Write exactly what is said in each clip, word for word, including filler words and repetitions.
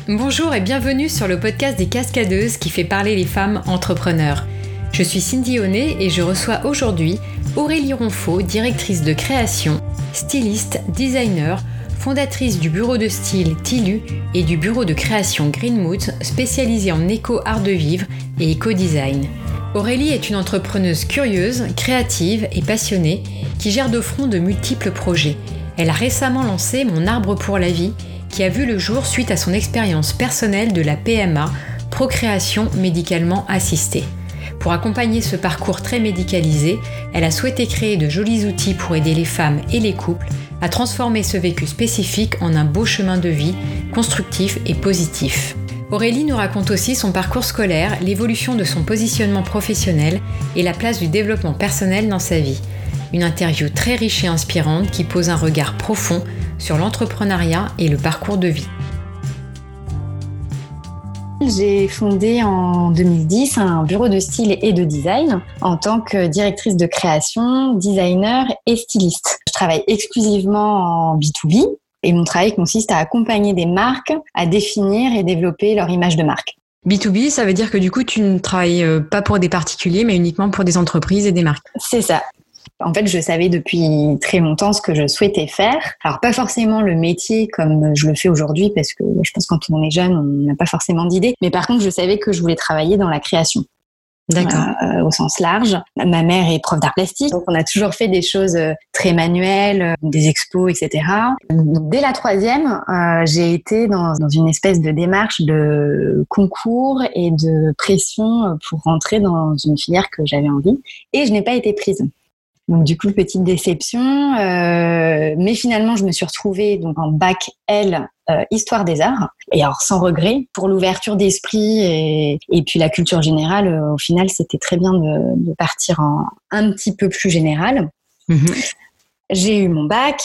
Bonjour et bienvenue sur le podcast des Cascadeuses qui fait parler les femmes entrepreneurs. Je suis Cindy Honnet et je reçois aujourd'hui Aurélie Ronfaux, directrice de création, styliste, designer, fondatrice du bureau de style Tilu et du bureau de création Green Moods spécialisé en éco-art de vivre et éco-design. Aurélie est une entrepreneuse curieuse, créative et passionnée qui gère de front de multiples projets. Elle a récemment lancé Mon arbre pour la vie qui a vu le jour suite à son expérience personnelle de la P M A, procréation médicalement assistée. Pour accompagner ce parcours très médicalisé, elle a souhaité créer de jolis outils pour aider les femmes et les couples à transformer ce vécu spécifique en un beau chemin de vie, constructif et positif. Aurélie nous raconte aussi son parcours scolaire, l'évolution de son positionnement professionnel et la place du développement personnel dans sa vie. Une interview très riche et inspirante qui pose un regard profond sur l'entrepreneuriat et le parcours de vie. J'ai fondé en deux mille dix un bureau de style et de design en tant que directrice de création, designer et styliste. Je travaille exclusivement en B deux B et mon travail consiste à accompagner des marques à définir et développer leur image de marque. B deux B, ça veut dire que du coup, tu ne travailles pas pour des particuliers, mais uniquement pour des entreprises et des marques. C'est ça. En fait, je savais depuis très longtemps ce que je souhaitais faire. Alors, pas forcément le métier comme je le fais aujourd'hui, parce que je pense que quand on est jeune, on n'a pas forcément d'idée. Mais par contre, je savais que je voulais travailler dans la création. D'accord. Euh, au sens large. Ma mère est prof d'art plastique, donc on a toujours fait des choses très manuelles, des expos, et cetera. Donc, dès la troisième, euh, j'ai été dans, dans une espèce de démarche de concours et de pression pour rentrer dans une filière que j'avais envie. Et je n'ai pas été prise. Donc du coup, petite déception, euh, mais finalement, je me suis retrouvée donc en bac L, euh, histoire des arts, et alors sans regret, pour l'ouverture d'esprit et, et puis la culture générale. Euh, au final, c'était très bien de, de partir en un petit peu plus général. Mmh. J'ai eu mon bac,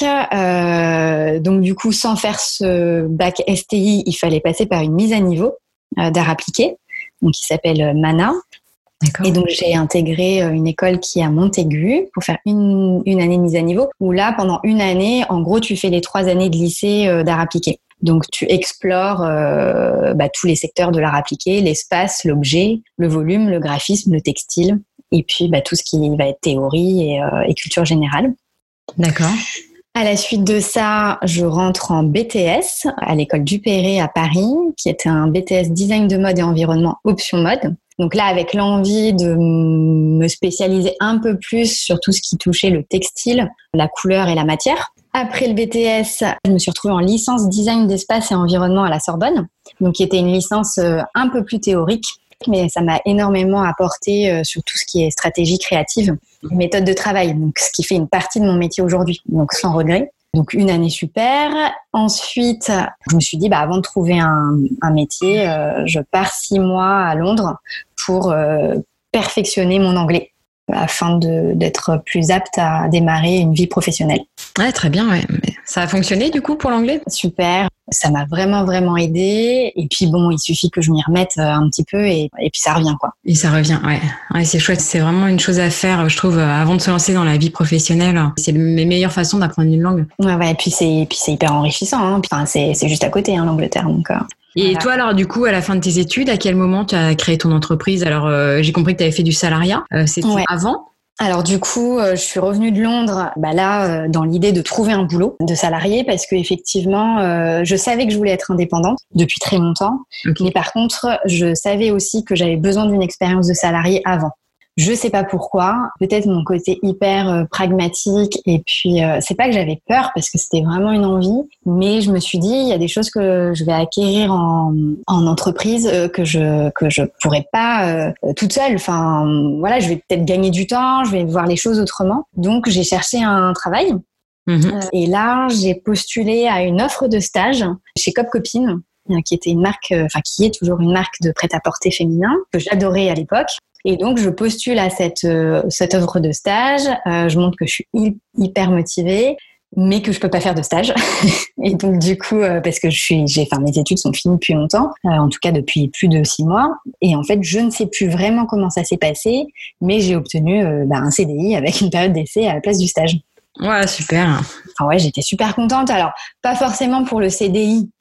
euh, donc du coup, sans faire ce bac S T I, il fallait passer par une mise à niveau euh, d'art appliqué, donc qui s'appelle MANA. D'accord. Et donc, j'ai intégré une école qui est à Montaigu pour faire une, une année de mise à niveau, où là, pendant une année, en gros, tu fais les trois années de lycée euh, d'art appliqué. Donc, tu explores euh, bah, tous les secteurs de l'art appliqué, l'espace, l'objet, le volume, le graphisme, le textile, et puis bah, tout ce qui va être théorie et, euh, et culture générale. D'accord. À la suite de ça, je rentre en B T S à l'école Dupéré à Paris, qui était un B T S design de mode et environnement option mode. Donc là, avec l'envie de me spécialiser un peu plus sur tout ce qui touchait le textile, la couleur et la matière. Après le B T S, je me suis retrouvée en licence design d'espace et environnement à la Sorbonne, donc qui était une licence un peu plus théorique, mais ça m'a énormément apporté sur tout ce qui est stratégie créative, méthode de travail, donc ce qui fait une partie de mon métier aujourd'hui, donc sans regret. Donc une année super. Ensuite, je me suis dit, bah, avant de trouver un, un métier, euh, je pars six mois à Londres pour euh, perfectionner mon anglais afin de, d'être plus apte à démarrer une vie professionnelle. Ouais, très bien. Ouais. Mais ça a fonctionné du coup pour l'anglais ? Super. Ça m'a vraiment, vraiment aidée. Et puis bon, il suffit que je m'y remette un petit peu et, et puis ça revient, quoi. Et ça revient, ouais. Ouais, c'est chouette. C'est vraiment une chose à faire, je trouve, avant de se lancer dans la vie professionnelle. C'est les meilleures façons d'apprendre une langue. Ouais, ouais. Et puis c'est, et puis c'est hyper enrichissant. Hein. Enfin, c'est, c'est juste à côté, hein, l'Angleterre. Donc, euh, et voilà. toi, alors, du coup, à la fin de tes études, à quel moment tu as créé ton entreprise ? Alors, euh, j'ai compris que tu avais fait du salariat. Euh, c'était ouais. avant ? Alors du coup, euh, je suis revenue de Londres, bah là, euh, dans l'idée de trouver un boulot de salarié, parce que effectivement, euh, je savais que je voulais être indépendante depuis très longtemps, okay. Mais par contre, je savais aussi que j'avais besoin d'une expérience de salarié avant. Je sais pas pourquoi, peut-être mon côté hyper euh, pragmatique, et puis euh, c'est pas que j'avais peur parce que c'était vraiment une envie, mais je me suis dit il y a des choses que je vais acquérir en, en entreprise euh, que je que je pourrais pas euh, toute seule. Enfin voilà, je vais peut-être gagner du temps, je vais voir les choses autrement. Donc j'ai cherché un travail mmh. euh, et là j'ai postulé à une offre de stage chez Cop Copine, qui était une marque, enfin qui est toujours une marque de prêt-à-porter féminin que j'adorais à l'époque. Et donc, je postule à cette, euh, cette offre de stage. Euh, je montre que je suis hyper motivée, mais que je peux pas faire de stage. Et donc, du coup, euh, parce que je suis, j'ai, enfin, mes études sont finies depuis longtemps, euh, en tout cas depuis plus de six mois. Et en fait, je ne sais plus vraiment comment ça s'est passé, mais j'ai obtenu euh, bah, un C D I avec une période d'essai à la place du stage. Ouais, super. Enfin ouais, j'étais super contente. Alors, pas forcément pour le C D I,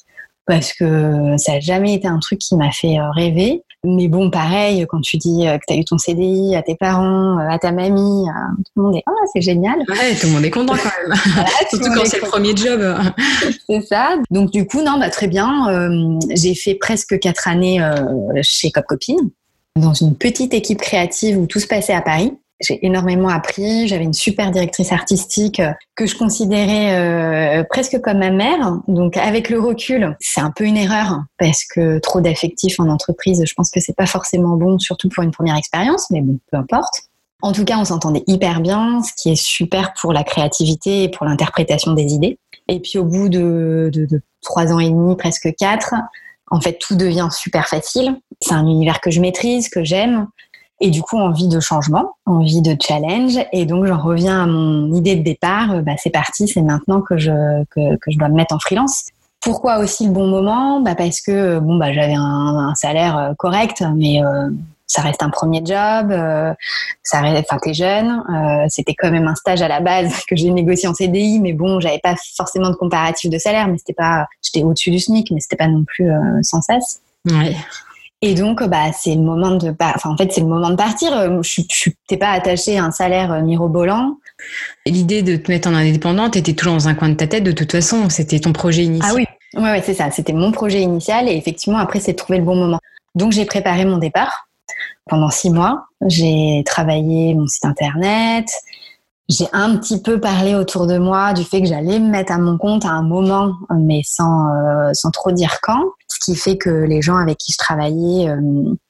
parce que ça n'a jamais été un truc qui m'a fait rêver. Mais bon, pareil, quand tu dis que tu as eu ton C D I à tes parents, à ta mamie, tout le monde est « Ah, c'est génial !» Ouais, tout le monde est content quand même. Voilà, surtout quand c'est le premier job. C'est ça. Donc du coup, non, bah, très bien. Euh, j'ai fait presque quatre années euh, chez Copcopine, dans une petite équipe créative où tout se passait à Paris. J'ai énormément appris. J'avais une super directrice artistique que je considérais euh, presque comme ma mère. Donc, avec le recul, c'est un peu une erreur parce que trop d'affectifs en entreprise, je pense que c'est pas forcément bon, surtout pour une première expérience. Mais bon, peu importe. En tout cas, on s'entendait hyper bien, ce qui est super pour la créativité et pour l'interprétation des idées. Et puis, au bout de, de, de trois ans et demi, presque quatre, en fait, tout devient super facile. C'est un univers que je maîtrise, que j'aime. Et du coup, envie de changement, envie de challenge. Et donc, j'en reviens à mon idée de départ. Bah, c'est parti, c'est maintenant que je, que, que je dois me mettre en freelance. Pourquoi aussi le bon moment ? Bah, parce que bon, bah, j'avais un, un salaire correct, mais euh, ça reste un premier job. Euh, ça reste, enfin, t'es jeune. Euh, c'était quand même un stage à la base que j'ai négocié en C D I. Mais bon, j'avais pas forcément de comparatif de salaire. Mais c'était pas, j'étais au-dessus du SMIC, mais c'était pas non plus euh, sans cesse. Ouais. Et donc, bah, c'est le moment de, enfin, en fait, c'est le moment de partir. Je, je, t'es pas attaché à un salaire mirobolant. L'idée de te mettre en indépendante était toujours dans un coin de ta tête. De toute façon, c'était ton projet initial. Ah oui, ouais, ouais, c'est ça. C'était mon projet initial. Et effectivement, après, c'est de trouver le bon moment. Donc, j'ai préparé mon départ pendant six mois. J'ai travaillé mon site internet. J'ai un petit peu parlé autour de moi du fait que j'allais me mettre à mon compte à un moment, mais sans, euh, sans trop dire quand. Ce qui fait que les gens avec qui je travaillais euh,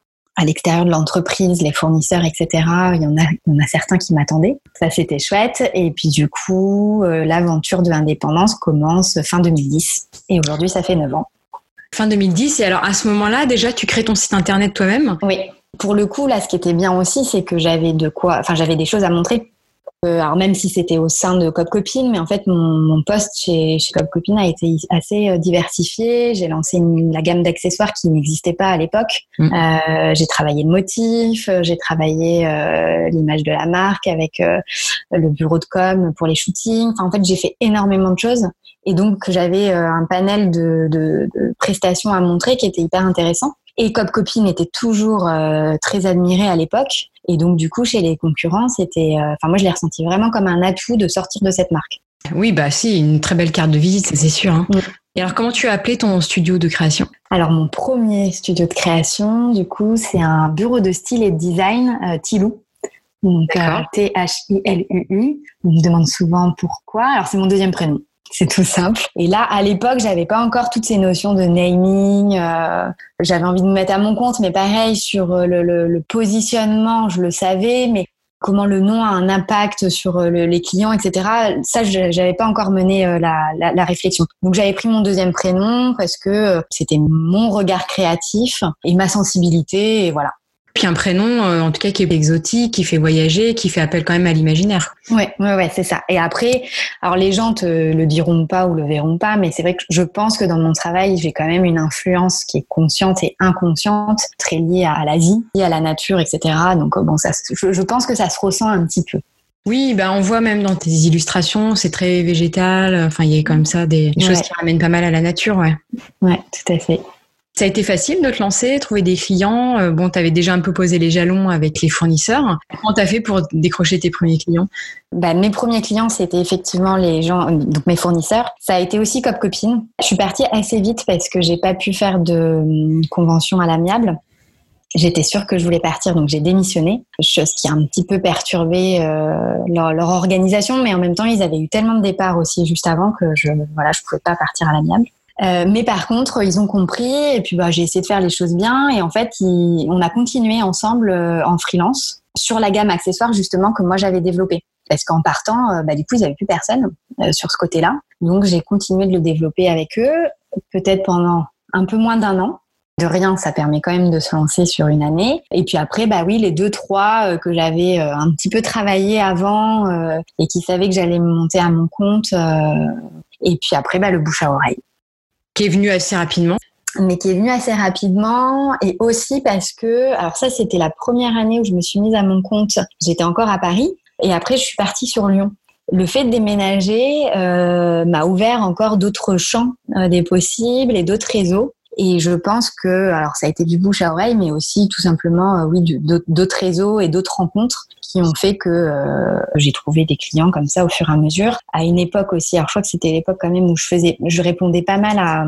à l'extérieur de l'entreprise, les fournisseurs, et cetera, il y en a, il y en a certains qui m'attendaient. Ça, c'était chouette. Et puis du coup, euh, l'aventure de l'indépendance commence fin deux mille dix. Et aujourd'hui, ça fait neuf ans. Fin deux mille dix. Et alors, à ce moment-là, déjà, tu crées ton site internet toi-même ? Oui. Pour le coup, là, ce qui était bien aussi, c'est que j'avais de quoi, enfin, j'avais des choses à montrer. Euh, alors même si c'était au sein de Copcopine, mais en fait mon, mon poste chez, chez Copcopine a été assez euh, diversifié. J'ai lancé une, la gamme d'accessoires qui n'existait pas à l'époque. Mmh. Euh, j'ai travaillé le motif, j'ai travaillé euh, l'image de la marque avec euh, le bureau de com pour les shootings. Enfin, en fait, j'ai fait énormément de choses et donc j'avais euh, un panel de, de, de prestations à montrer qui était hyper intéressant. Et Copcopine était toujours euh, très admirée à l'époque. Et donc, du coup, chez les concurrents, c'était, euh, enfin, moi, je l'ai ressenti vraiment comme un atout de sortir de cette marque. Oui, bah, si, une très belle carte de visite, ça, c'est sûr. Hein. Oui. Et alors, comment tu as appelé ton studio de création ? Alors, mon premier studio de création, du coup, c'est un bureau de style et de design, euh, Tilou. Donc, euh, T H I L U U. On me demande souvent pourquoi. Alors, c'est mon deuxième prénom. C'est tout simple. Et là, à l'époque, j'avais pas encore toutes ces notions de naming. Euh, j'avais envie de me mettre à mon compte, mais pareil, sur le, le, le positionnement, je le savais, mais comment le nom a un impact sur le, les clients, et cetera. Ça, je, j'avais pas encore mené euh, la, la, la réflexion. Donc, j'avais pris mon deuxième prénom parce que euh, c'était mon regard créatif et ma sensibilité, et voilà. Puis un prénom, euh, en tout cas, qui est exotique, qui fait voyager, qui fait appel quand même à l'imaginaire. Ouais, ouais, ouais, c'est ça. Et après, alors les gens te le diront pas ou le verront pas, mais c'est vrai que je pense que dans mon travail, j'ai quand même une influence qui est consciente et inconsciente, très liée à la vie, à la nature, et cetera. Donc bon, ça, je, je pense que ça se ressent un petit peu. Oui, bah on voit même dans tes illustrations, c'est très végétal. Enfin, il y a comme ça des, des ouais. choses qui ramènent pas mal à la nature, ouais. Ouais, tout à fait. Ça a été facile de te lancer, trouver des clients. Bon, tu avais déjà un peu posé les jalons avec les fournisseurs. Comment tu as fait pour décrocher tes premiers clients ? Bah, mes premiers clients, c'était effectivement les gens, donc mes fournisseurs. Ça a été aussi Copcopine. Je suis partie assez vite parce que j'ai pas pu faire de convention à l'amiable. J'étais sûre que je voulais partir, donc j'ai démissionné. Chose qui a un petit peu perturbé euh, leur, leur organisation, mais en même temps, ils avaient eu tellement de départs aussi juste avant que je, voilà, je pouvais pas partir à l'amiable. Euh, mais par contre, ils ont compris et puis bah, j'ai essayé de faire les choses bien et en fait, ils, on a continué ensemble euh, en freelance sur la gamme accessoires justement que moi j'avais développée. Parce qu'en partant, euh, bah, du coup, ils n'avaient plus personne euh, sur ce côté-là. Donc, j'ai continué de le développer avec eux, peut-être pendant un peu moins d'un an. De rien, ça permet quand même de se lancer sur une année. Et puis après, bah oui, les deux, trois euh, que j'avais euh, un petit peu travaillé avant euh, et qui savaient que j'allais me monter à mon compte. Euh, et puis après, bah, le bouche à oreille. Qui est venu assez rapidement. Mais qui est venu assez rapidement et aussi parce que, alors ça, c'était la première année où je me suis mise à mon compte. J'étais encore à Paris et après, je suis partie sur Lyon. le fait de déménager euh, m'a ouvert encore d'autres champs euh, des possibles et d'autres réseaux. Et je pense que, alors ça a été du bouche à oreille, mais aussi tout simplement, euh, oui, du, d'autres réseaux et d'autres rencontres qui ont fait que euh, j'ai trouvé des clients comme ça au fur et à mesure. À une époque aussi, alors je crois que c'était l'époque quand même où je faisais, je répondais pas mal à,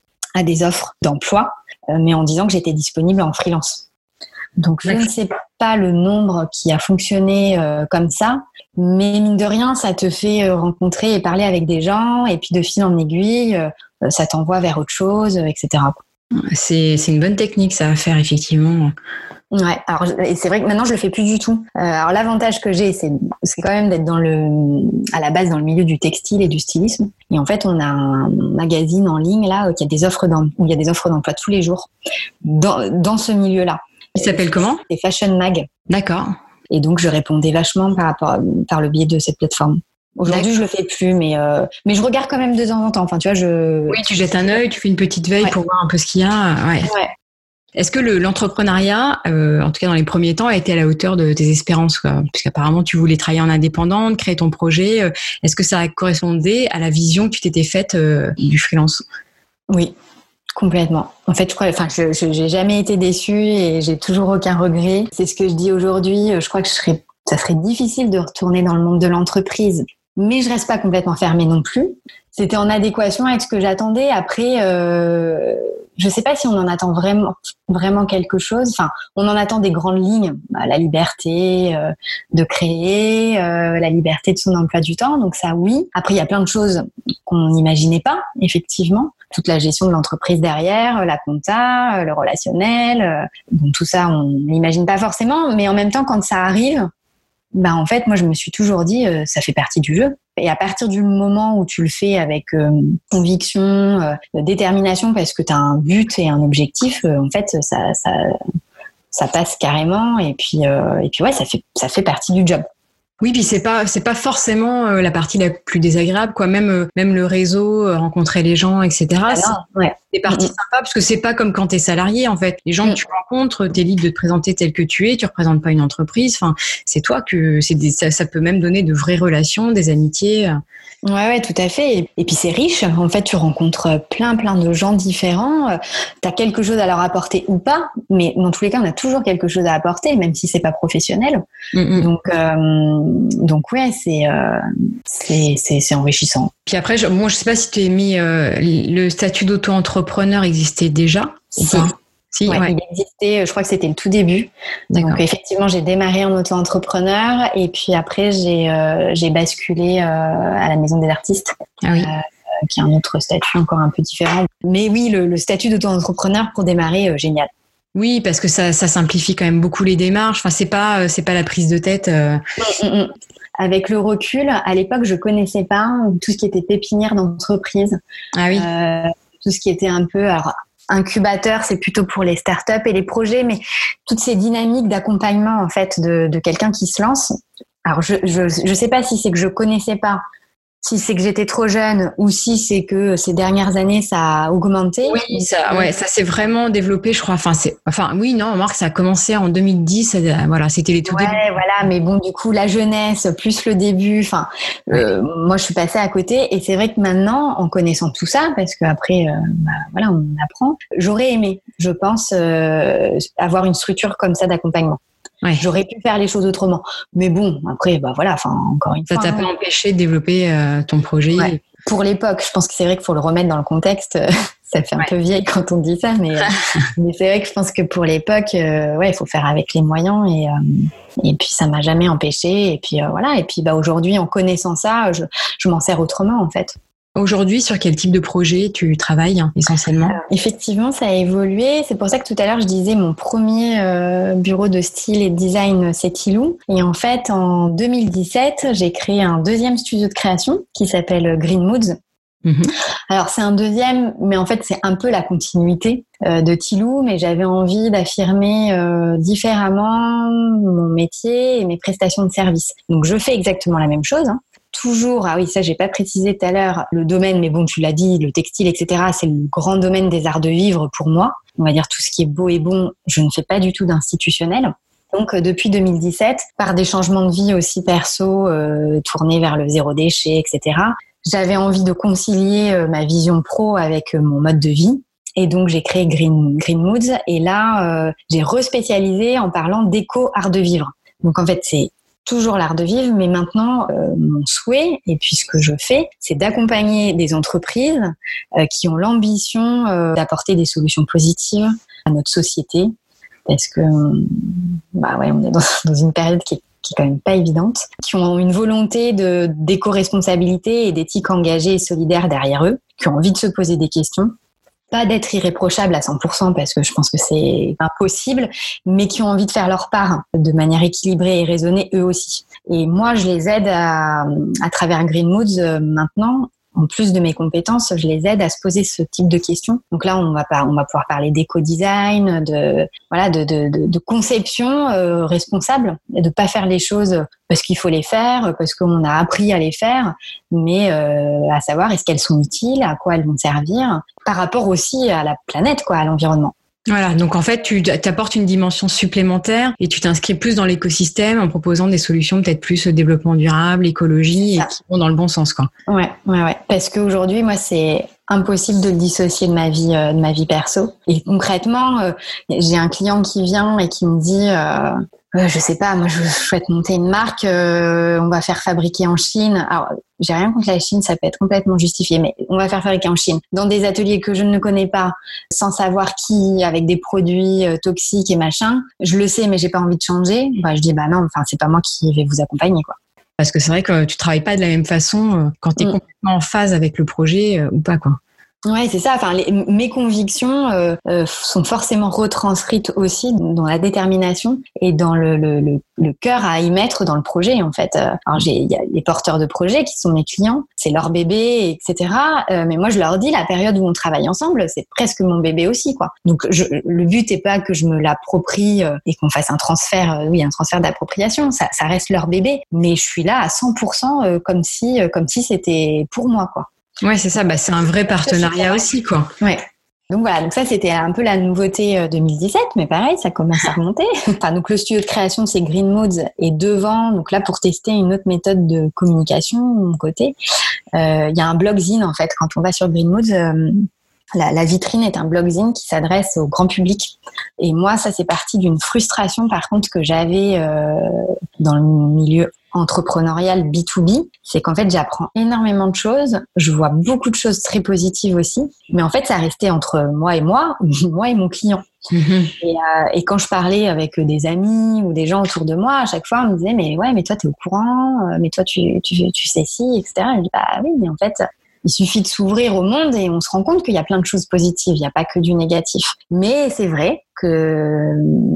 à des offres d'emploi, euh, mais en disant que j'étais disponible en freelance. Donc je ne sais pas le nombre qui a fonctionné euh, comme ça, mais mine de rien, ça te fait rencontrer et parler avec des gens, et puis de fil en aiguille, euh, ça t'envoie vers autre chose, et cetera. C'est, c'est une bonne technique, ça à faire, effectivement. Ouais, alors et c'est vrai que maintenant je le fais plus du tout. Euh, alors l'avantage que j'ai, c'est, c'est quand même d'être dans le, à la base dans le milieu du textile et du stylisme. Et en fait, on a un magazine en ligne là qui a des offres d'em- où il y a des offres d'emploi tous les jours dans, dans ce milieu-là. Il s'appelle comment ? C'est Fashion Mag. D'accord. Et donc je répondais vachement par rapport par le biais de cette plateforme. Aujourd'hui, je le fais plus, mais euh, mais je regarde quand même de temps en temps. Enfin, tu vois, je. Oui, tu jettes un œil, tu fais une petite veille ouais. pour voir un peu ce qu'il y a. Ouais. Ouais. Est-ce que le, l'entrepreneuriat, euh, en tout cas dans les premiers temps, a été à la hauteur de tes espérances, quoi ? Puisqu'apparemment tu voulais travailler en indépendante, créer ton projet. Euh, est-ce que ça a correspondu à la vision que tu t'étais faite euh, du freelance ? Oui. Complètement. En fait, je crois, enfin, je, je, j'ai jamais été déçue et j'ai toujours aucun regret. C'est ce que je dis aujourd'hui. Je crois que je serais, ça serait difficile de retourner dans le monde de l'entreprise, mais je reste pas complètement fermée non plus. C'était en adéquation avec ce que j'attendais. Après, euh, je sais pas si on en attend vraiment, vraiment quelque chose. Enfin, on en attend des grandes lignes, la liberté euh, de créer, euh, la liberté de son emploi du temps. Donc ça, oui. Après, il y a plein de choses qu'on n'imaginait pas, effectivement. Toute la gestion de l'entreprise derrière, la compta, le relationnel. Donc tout ça, on n'imagine pas forcément. Mais en même temps, quand ça arrive, bah en fait, moi, je me suis toujours dit, euh, ça fait partie du jeu. Et à partir du moment où tu le fais avec euh, conviction, euh, détermination, parce que tu as un but et un objectif, euh, en fait, ça, ça, ça passe carrément. Et puis, euh, et puis ouais, ça fait, ça fait partie du job. Oui, puis c'est pas c'est pas forcément euh, la partie la plus désagréable, quoi. Même euh, même le réseau, euh, rencontrer les gens, et cetera. Ah non, c'est ouais. des parties mmh. sympas parce que c'est pas comme quand t'es salarié en fait. Les gens mmh. que tu rencontres, t'es libre de te présenter tel que tu es. Tu représentes pas une entreprise. Enfin, c'est toi que c'est des, ça, ça peut même donner de vraies relations, des amitiés. Ouais, ouais, tout à fait. Et, et puis c'est riche. En fait, tu rencontres plein, plein de gens différents. T'as quelque chose à leur apporter ou pas, mais dans tous les cas, on a toujours quelque chose à apporter, même si c'est pas professionnel. Mmh. Donc, euh, donc ouais, c'est, euh, c'est, c'est, c'est enrichissant. Puis après, je, moi, je sais pas si tu as mis euh, le statut d'auto-entrepreneur existait déjà ou si. pas. Si, ouais, ouais. Il existait, je crois que c'était le tout début. D'accord. Donc effectivement, j'ai démarré en auto-entrepreneur et puis après j'ai euh, j'ai basculé euh, à la Maison des Artistes, ah oui. euh, qui est un autre statut encore un peu différent. Mais oui, le, le statut d'auto-entrepreneur pour démarrer, euh, génial. Oui, parce que ça, ça simplifie quand même beaucoup les démarches. Enfin, c'est pas c'est pas la prise de tête. Euh... Mmh, mmh. Avec le recul, à l'époque, je connaissais pas tout ce qui était pépinière d'entreprise. Ah oui. Euh, tout ce qui était un peu alors, incubateur, c'est plutôt pour les startups et les projets, mais toutes ces dynamiques d'accompagnement en fait de, de quelqu'un qui se lance. Alors je je je sais pas si c'est que je connaissais pas, si c'est que j'étais trop jeune ou si c'est que ces dernières années ça a augmenté. Oui, ça, ouais, ça s'est vraiment développé, je crois. Enfin, c'est, enfin, oui, non, Marc, ça a commencé en deux mille dix. Ça, voilà, c'était les tout ouais, débuts. Voilà, mais bon, du coup, la jeunesse plus le début. Enfin, ouais. euh, moi, je suis passée à côté, et c'est vrai que maintenant, en connaissant tout ça, parce qu'après, euh, bah, voilà, on apprend. J'aurais aimé, je pense, euh, avoir une structure comme ça d'accompagnement. Ouais. J'aurais pu faire les choses autrement, mais bon, après, bah voilà, enfin, encore une ça fois. Ça t'a hein. pas empêché de développer euh, ton projet. Ouais. Pour l'époque, je pense que c'est vrai qu'il faut le remettre dans le contexte. Ça fait un ouais. peu vieille quand on dit ça, mais, mais c'est vrai que je pense que pour l'époque, euh, ouais, il faut faire avec les moyens et euh, et puis ça m'a jamais empêché. Et puis euh, voilà. Et puis bah aujourd'hui, en connaissant ça, je je m'en sers autrement en fait. Aujourd'hui, sur quel type de projet tu travailles hein, essentiellement ? Alors, effectivement, ça a évolué. C'est pour ça que tout à l'heure, je disais mon premier euh, bureau de style et de design, c'est Tilou. Et en fait, en deux mille dix-sept, j'ai créé un deuxième studio de création qui s'appelle Green Moods. Mm-hmm. Alors, c'est un deuxième, mais en fait, c'est un peu la continuité euh, de Tilou, mais j'avais envie d'affirmer euh, différemment mon métier et mes prestations de service. Donc, je fais exactement la même chose, hein. Toujours, ah oui, ça j'ai pas précisé tout à l'heure, le domaine, mais bon, tu l'as dit, le textile, et cetera, c'est le grand domaine des arts de vivre pour moi. On va dire tout ce qui est beau et bon, je ne fais pas du tout d'institutionnel. Donc, euh, depuis deux mille dix-sept, par des changements de vie aussi perso, euh, tournés vers le zéro déchet, et cetera, j'avais envie de concilier euh, ma vision pro avec euh, mon mode de vie. Et donc, j'ai créé Green, Green Moods. Et là, euh, j'ai respécialisé en parlant d'éco-art de vivre. Donc, en fait, c'est toujours l'art de vivre, mais maintenant, euh, mon souhait, et puis ce que je fais, c'est d'accompagner des entreprises euh, qui ont l'ambition euh, d'apporter des solutions positives à notre société. Parce que, bah ouais, on est dans, dans une période qui est, qui est quand même pas évidente, qui ont une volonté de, d'éco-responsabilité et d'éthique engagée et solidaire derrière eux, qui ont envie de se poser des questions. Pas d'être irréprochable à cent pour cent parce que je pense que c'est impossible, mais qui ont envie de faire leur part de manière équilibrée et raisonnée eux aussi. Et moi, je les aide à, à travers Green Moods euh, maintenant. En plus de mes compétences, je les aide à se poser ce type de questions. Donc là, on va pas, on va pouvoir parler d'éco-design, de voilà, de, de, de, de conception euh, responsable, et de pas faire les choses parce qu'il faut les faire, parce qu'on a appris à les faire, mais euh, à savoir est-ce qu'elles sont utiles, à quoi elles vont servir, par rapport aussi à la planète, quoi, à l'environnement. Voilà, donc en fait, tu apportes une dimension supplémentaire et tu t'inscris plus dans l'écosystème en proposant des solutions peut-être plus développement durable, écologie et qui vont dans le bon sens, quoi. Ouais, ouais, ouais. Parce qu'aujourd'hui, moi, c'est impossible de le dissocier de ma vie, euh, de ma vie perso. Et concrètement, euh, j'ai un client qui vient et qui me dit, euh, euh, je sais pas, moi, je souhaite monter une marque, euh, on va faire fabriquer en Chine. Alors, j'ai rien contre la Chine, ça peut être complètement justifié, mais on va faire fabriquer en Chine, dans des ateliers que je ne connais pas, sans savoir qui, avec des produits euh, toxiques et machin. Je le sais, mais j'ai pas envie de changer. Bah, je dis, bah non, enfin, c'est pas moi qui vais vous accompagner, quoi. Parce que c'est vrai que tu travailles pas de la même façon quand tu es mmh. complètement en phase avec le projet euh, ou pas, quoi. Ouais, c'est ça. Enfin, les, mes convictions euh, euh, sont forcément retranscrites aussi dans la détermination et dans le, le, le, le cœur à y mettre dans le projet, en fait. Alors, j'ai, il y a les porteurs de projets qui sont mes clients, c'est leur bébé, et cetera. Euh, mais moi, je leur dis, la période où on travaille ensemble, c'est presque mon bébé aussi, quoi. Donc, je, le but est pas que je me l'approprie euh, et qu'on fasse un transfert, euh, oui, un transfert d'appropriation. Ça, ça reste leur bébé, mais je suis là à cent pour cent euh, comme si, euh, comme si c'était pour moi, quoi. Ouais, c'est ça. Bah, c'est un vrai partenariat aussi, quoi. Ouais. Donc voilà. Donc ça, c'était un peu la nouveauté deux mille dix-sept, mais pareil, ça commence à remonter. Enfin, donc le studio de création, c'est Green Moods, et devant, donc là, pour tester une autre méthode de communication, de mon côté, il euh, y a un blogzine, en fait. Quand on va sur Green Moods, euh, la, la vitrine est un blogzine qui s'adresse au grand public. Et moi, ça, c'est parti d'une frustration, par contre, que j'avais euh, dans le milieu entrepreneurial B deux B, c'est qu'en fait, j'apprends énormément de choses. Je vois beaucoup de choses très positives aussi. Mais en fait, ça restait entre moi et moi, moi et mon client. Mmh. Et, euh, et quand je parlais avec des amis ou des gens autour de moi, à chaque fois, on me disait, mais ouais, mais toi, t'es au courant, mais toi, tu, tu, tu sais si, et cetera. Et je dis, bah oui, mais en fait, il suffit de s'ouvrir au monde et on se rend compte qu'il y a plein de choses positives. Il n'y a pas que du négatif. Mais c'est vrai que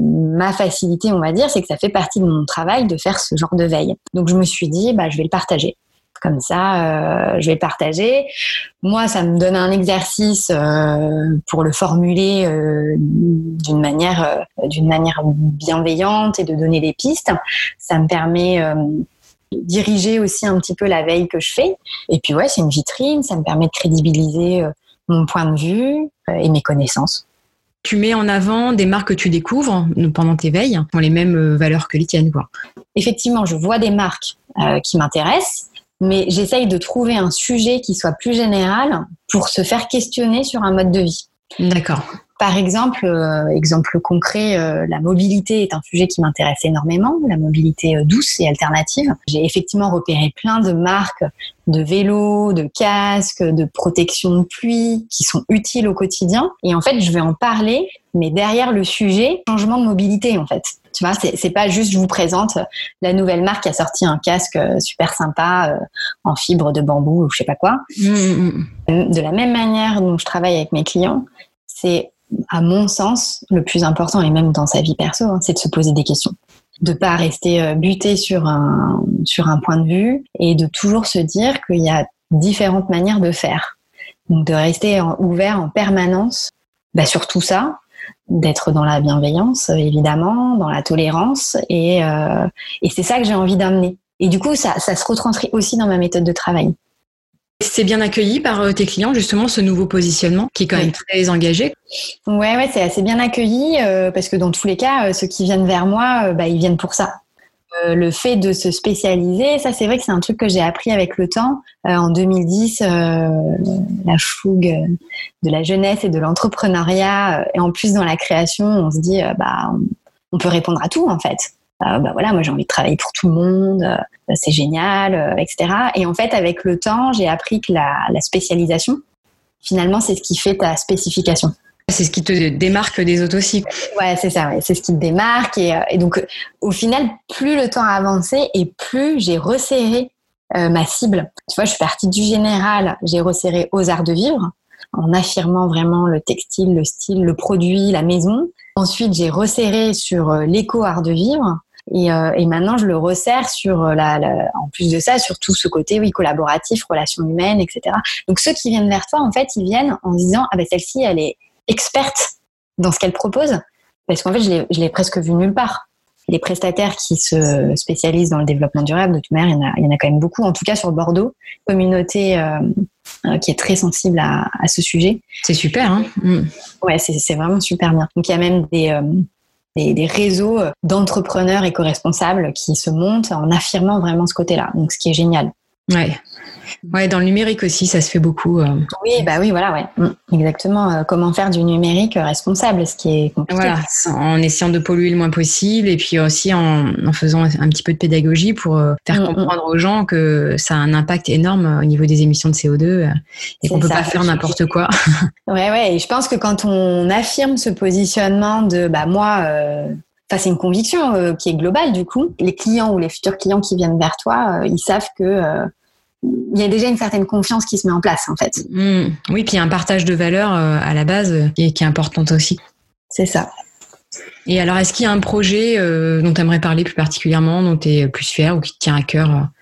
ma facilité, on va dire, c'est que ça fait partie de mon travail de faire ce genre de veille. Donc, je me suis dit, bah, je vais le partager. Comme ça, euh, je vais le partager. Moi, ça me donne un exercice euh, pour le formuler euh, d'une manière, euh, d'une manière bienveillante et de donner des pistes. Ça me permet euh, diriger aussi un petit peu la veille que je fais. Et puis ouais, c'est une vitrine, ça me permet de crédibiliser euh, mon point de vue euh, et mes connaissances. Tu mets en avant des marques que tu découvres pendant tes veilles, qui ont les mêmes valeurs que les tiennes, quoi. Effectivement, je vois des marques euh, qui m'intéressent, mais j'essaye de trouver un sujet qui soit plus général pour se faire questionner sur un mode de vie. D'accord. Par exemple, euh, exemple concret, euh, la mobilité est un sujet qui m'intéresse énormément, la mobilité euh, douce et alternative. J'ai effectivement repéré plein de marques de vélos, de casques, de protection de pluie qui sont utiles au quotidien. Et en fait, je vais en parler, mais derrière le sujet, changement de mobilité en fait. Tu vois, c'est, c'est pas juste je vous présente la nouvelle marque qui a sorti un casque super sympa euh, en fibre de bambou ou je sais pas quoi. Mmh. De la même manière dont je travaille avec mes clients, c'est à mon sens, le plus important, et même dans sa vie perso, hein, c'est de se poser des questions. De pas rester buté sur un, sur un point de vue et de toujours se dire qu'il y a différentes manières de faire. Donc, de rester en, ouvert en permanence bah, sur tout ça, d'être dans la bienveillance, évidemment, dans la tolérance. Et, euh, et c'est ça que j'ai envie d'amener. Et du coup, ça, ça se retranscrit aussi dans ma méthode de travail. C'est bien accueilli par tes clients, justement, ce nouveau positionnement qui est quand même oui. très engagé. Ouais, ouais, c'est assez bien accueilli euh, parce que dans tous les cas, euh, ceux qui viennent vers moi, euh, bah, ils viennent pour ça. Euh, le fait de se spécialiser, ça c'est vrai que c'est un truc que j'ai appris avec le temps. Euh, en deux mille dix, euh, la fougue de la jeunesse et de l'entrepreneuriat, euh, et en plus dans la création, on se dit, euh, bah, on, on peut répondre à tout en fait. Euh, bah voilà, moi j'ai envie de travailler pour tout le monde, euh, c'est génial, euh, et cetera. Et en fait, avec le temps, j'ai appris que la, la spécialisation, finalement, c'est ce qui fait ta spécification. C'est ce qui te démarque des autres aussi. Ouais, c'est ça, ouais. C'est ce qui te démarque. Et, et donc, au final, plus le temps a avancé et plus j'ai resserré euh, ma cible. Tu vois, je suis partie du général, j'ai resserré aux arts de vivre, en affirmant vraiment le textile, le style, le produit, la maison. Ensuite, j'ai resserré sur euh, l'éco-art de vivre. Et, euh, et maintenant, je le resserre sur la, la, en plus de ça, sur tout ce côté, oui, collaboratif, relations humaines, et cetera. Donc, ceux qui viennent vers toi, en fait, ils viennent en se disant, ah ben, celle-ci, elle est experte dans ce qu'elle propose. Parce qu'en fait, je l'ai, je l'ai presque vu nulle part. Les prestataires qui se spécialisent dans le développement durable, de toute manière, il y en a, il y en a quand même beaucoup, en tout cas sur Bordeaux, communauté euh, euh, qui est très sensible à, à ce sujet. C'est super, hein. Mm. Ouais, c'est, c'est vraiment super bien. Donc, il y a même des... Euh, Des, des réseaux d'entrepreneurs éco-responsables qui se montent en affirmant vraiment ce côté-là. Donc, ce qui est génial. Ouais. Ouais, dans le numérique aussi, ça se fait beaucoup. Euh... Oui, bah oui, voilà, ouais. Mmh, exactement. Euh, comment faire du numérique responsable, ce qui est compliqué. Voilà, en essayant de polluer le moins possible et puis aussi en, en faisant un petit peu de pédagogie pour euh, faire mmh, comprendre mmh. aux gens que ça a un impact énorme au niveau des émissions de C O deux et c'est qu'on ne peut ça. pas faire n'importe quoi. Ouais, ouais. Et je pense que quand on affirme ce positionnement de, bah moi. Euh... Enfin, c'est une conviction euh, qui est globale du coup. Les clients ou les futurs clients qui viennent vers toi, euh, ils savent que euh, il y a déjà une certaine confiance qui se met en place en fait. Mmh. Oui, puis il y a un partage de valeurs euh, à la base euh, qui, est, qui est important aussi. C'est ça. Et alors, est-ce qu'il y a un projet euh, dont tu aimerais parler plus particulièrement, dont tu es plus fière ou qui te tient à cœur euh...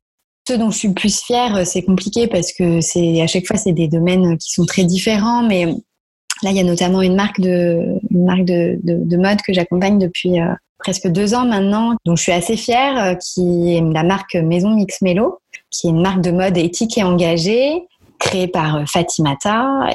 Ce dont je suis plus fière, c'est compliqué parce que c'est à chaque fois c'est des domaines qui sont très différents, mais là, il y a notamment une marque de, une marque de, de, de mode que j'accompagne depuis euh, presque deux ans maintenant, dont je suis assez fière, euh, qui est la marque Maison Mix Mélo, qui est une marque de mode éthique et engagée, créée par euh, Fatimata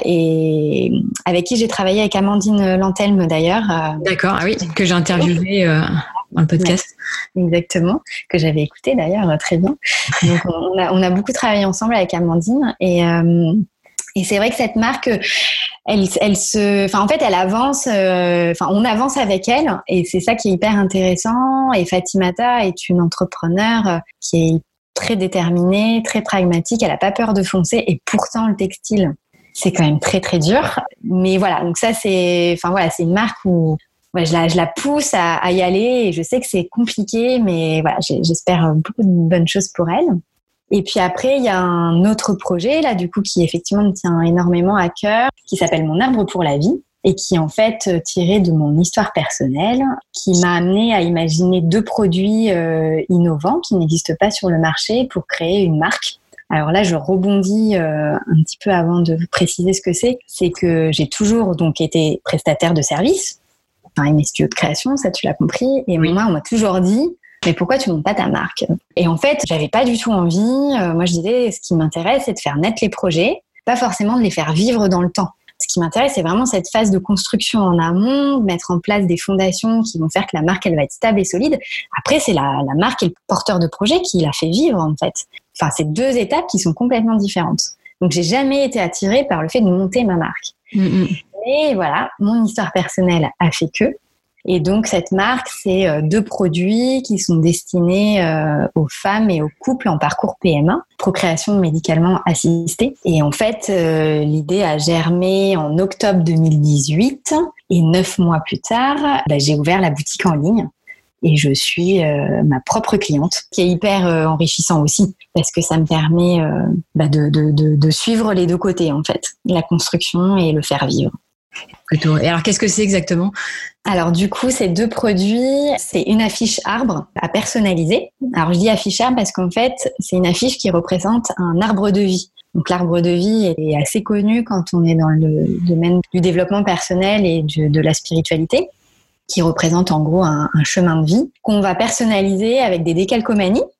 et avec qui j'ai travaillé avec Amandine Lantelme d'ailleurs. Euh, D'accord, ah oui, que j'ai interviewé euh, dans le podcast. Ouais, exactement, que j'avais écouté d'ailleurs très bien. Donc on a, on a beaucoup travaillé ensemble avec Amandine et... Euh, Et c'est vrai que cette marque, elle, elle se, enfin en fait, elle avance. Euh, enfin, on avance avec elle, et c'est ça qui est hyper intéressant. Et Fatimata est une entrepreneure qui est très déterminée, très pragmatique. Elle a pas peur de foncer, et pourtant le textile, c'est quand même très très dur. Mais voilà, donc ça c'est, enfin voilà, c'est une marque où ouais, je la, je la pousse à, à y aller. Et je sais que c'est compliqué, mais voilà, j'espère beaucoup de bonnes choses pour elle. Et puis après, il y a un autre projet, là, du coup, qui effectivement me tient énormément à cœur, qui s'appelle Mon arbre pour la vie, et qui est en fait tiré de mon histoire personnelle, qui m'a amené à imaginer deux produits euh, innovants qui n'existent pas sur le marché pour créer une marque. Alors là, je rebondis euh, un petit peu avant de vous préciser ce que c'est. C'est que j'ai toujours donc été prestataire de services, enfin, mes studios de création, ça tu l'as compris, et oui. Moi, on m'a toujours dit... Mais pourquoi tu montes pas ta marque ? Et en fait, j'avais pas du tout envie. Euh, moi, je disais, ce qui m'intéresse, c'est de faire naître les projets, pas forcément de les faire vivre dans le temps. Ce qui m'intéresse, c'est vraiment cette phase de construction en amont, de mettre en place des fondations qui vont faire que la marque, elle va être stable et solide. Après, c'est la, la marque et le porteur de projet qui la fait vivre, en fait. Enfin, c'est deux étapes qui sont complètement différentes. Donc, j'ai jamais été attirée par le fait de monter ma marque. Mm-hmm. Et voilà, mon histoire personnelle a fait que. Et donc, cette marque, c'est euh, deux produits qui sont destinés euh, aux femmes et aux couples en parcours P M A, procréation médicalement assistée. Et en fait, euh, l'idée a germé en octobre deux mille dix-huit. Et neuf mois plus tard, bah, j'ai ouvert la boutique en ligne. Et je suis euh, ma propre cliente, qui est hyper euh, enrichissant aussi, parce que ça me permet euh, bah, de, de, de, de suivre les deux côtés, en fait, la construction et le faire vivre. Plutôt. Et alors, qu'est-ce que c'est exactement ? Alors, du coup, ces deux produits, c'est une affiche arbre à personnaliser. Alors, je dis affiche arbre parce qu'en fait, c'est une affiche qui représente un arbre de vie. Donc, l'arbre de vie est assez connu quand on est dans le domaine du développement personnel et de, de la spiritualité, qui représente en gros un, un chemin de vie qu'on va personnaliser avec des décalcomanies.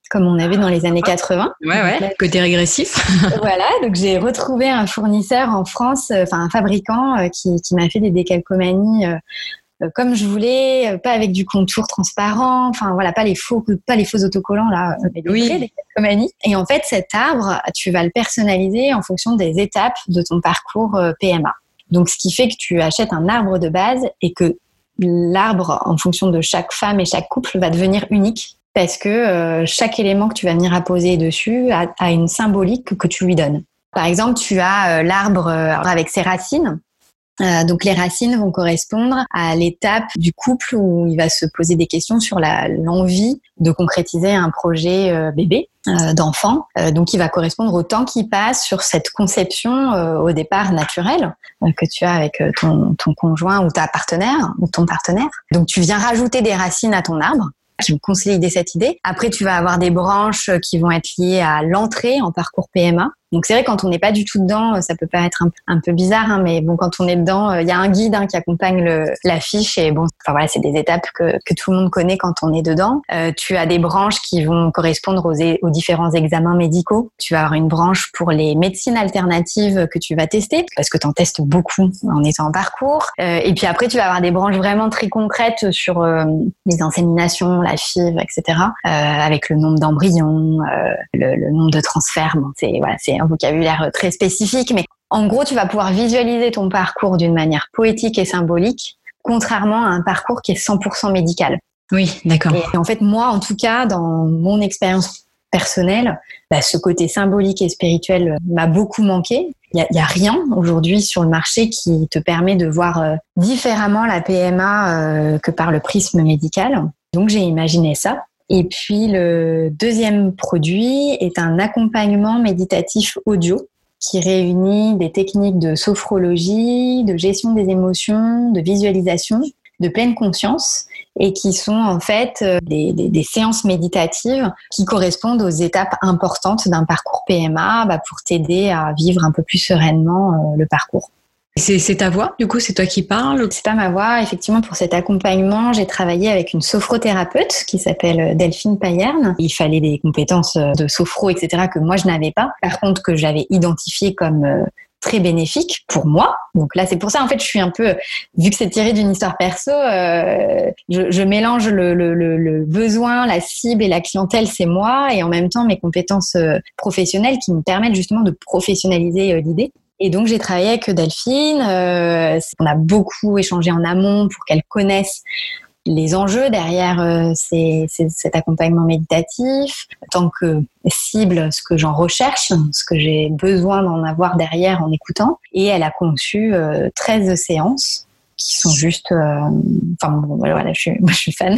comme on avait dans les années quatre-vingts. Ouais, ouais, là, côté régressif. Voilà, donc j'ai retrouvé un fournisseur en France, euh, enfin un fabricant euh, qui, qui m'a fait des décalcomanies euh, euh, comme je voulais, euh, pas avec du contour transparent, enfin voilà, pas les faux, pas les faux autocollants là, mais des Oui. vrais décalcomanies. Et en fait, cet arbre, tu vas le personnaliser en fonction des étapes de ton parcours euh, P M A. Donc, ce qui fait que tu achètes un arbre de base et que l'arbre, en fonction de chaque femme et chaque couple, va devenir unique parce que euh, chaque élément que tu vas venir apposer dessus a, a une symbolique que tu lui donnes. Par exemple, tu as euh, l'arbre euh, avec ses racines. Euh, donc les racines vont correspondre à l'étape du couple où il va se poser des questions sur la, l'envie de concrétiser un projet euh, bébé, euh, d'enfant. Euh, donc il va correspondre au temps qui passe sur cette conception euh, au départ naturelle euh, que tu as avec euh, ton, ton conjoint ou ta partenaire ou ton partenaire. Donc tu viens rajouter des racines à ton arbre. Je vais consolider cette idée. Après, tu vas avoir des branches qui vont être liées à l'entrée en parcours P M A. Donc, c'est vrai, quand on n'est pas du tout dedans, ça peut pas être un, un peu bizarre, hein, mais bon, quand on est dedans, il euh, y a un guide hein, qui accompagne le, la fiche et bon, enfin voilà, c'est des étapes que, que tout le monde connaît quand on est dedans. Euh, tu as des branches qui vont correspondre aux, aux différents examens médicaux. Tu vas avoir une branche pour les médecines alternatives que tu vas tester parce que tu en testes beaucoup en étant en parcours. Euh, et puis après, tu vas avoir des branches vraiment très concrètes sur euh, les inséminations, la F I V, et cetera. Euh, avec le nombre d'embryons, euh, le, le nombre de transferts. Bon, c'est voilà, c'est un vocabulaire très spécifique, mais en gros, tu vas pouvoir visualiser ton parcours d'une manière poétique et symbolique, contrairement à un parcours qui est cent pour cent médical. Oui, d'accord. Et en fait, moi, en tout cas, dans mon expérience personnelle, bah, ce côté symbolique et spirituel m'a beaucoup manqué. Il y, y a rien aujourd'hui sur le marché qui te permet de voir euh, différemment la P M A euh, que par le prisme médical. Donc, j'ai imaginé ça. Et puis, le deuxième produit est un accompagnement méditatif audio qui réunit des techniques de sophrologie, de gestion des émotions, de visualisation, de pleine conscience et qui sont en fait des, des, des séances méditatives qui correspondent aux étapes importantes d'un parcours P M A bah, pour t'aider à vivre un peu plus sereinement euh, le parcours. C'est, c'est ta voix, du coup, c'est toi qui parles? C'est pas ma voix. Effectivement, pour cet accompagnement, j'ai travaillé avec une sophrothérapeute qui s'appelle Delphine Payerne. Il fallait des compétences de sophro, et cetera que moi, je n'avais pas. Par contre, que j'avais identifié comme euh, très bénéfique pour moi. Donc là, c'est pour ça, en fait, je suis un peu, vu que c'est tiré d'une histoire perso, euh, je, je mélange le, le, le, le besoin, la cible et la clientèle, c'est moi, et en même temps, mes compétences euh, professionnelles qui me permettent justement de professionnaliser euh, l'idée. Et donc, j'ai travaillé avec Delphine. Euh, on a beaucoup échangé en amont pour qu'elle connaisse les enjeux derrière euh, ces, ces, cet accompagnement méditatif, tant que cible, ce que j'en recherche, ce que j'ai besoin d'en avoir derrière en écoutant. Et elle a conçu euh, treize séances qui sont juste... Euh, enfin, bon, voilà, je suis, moi, je suis fan.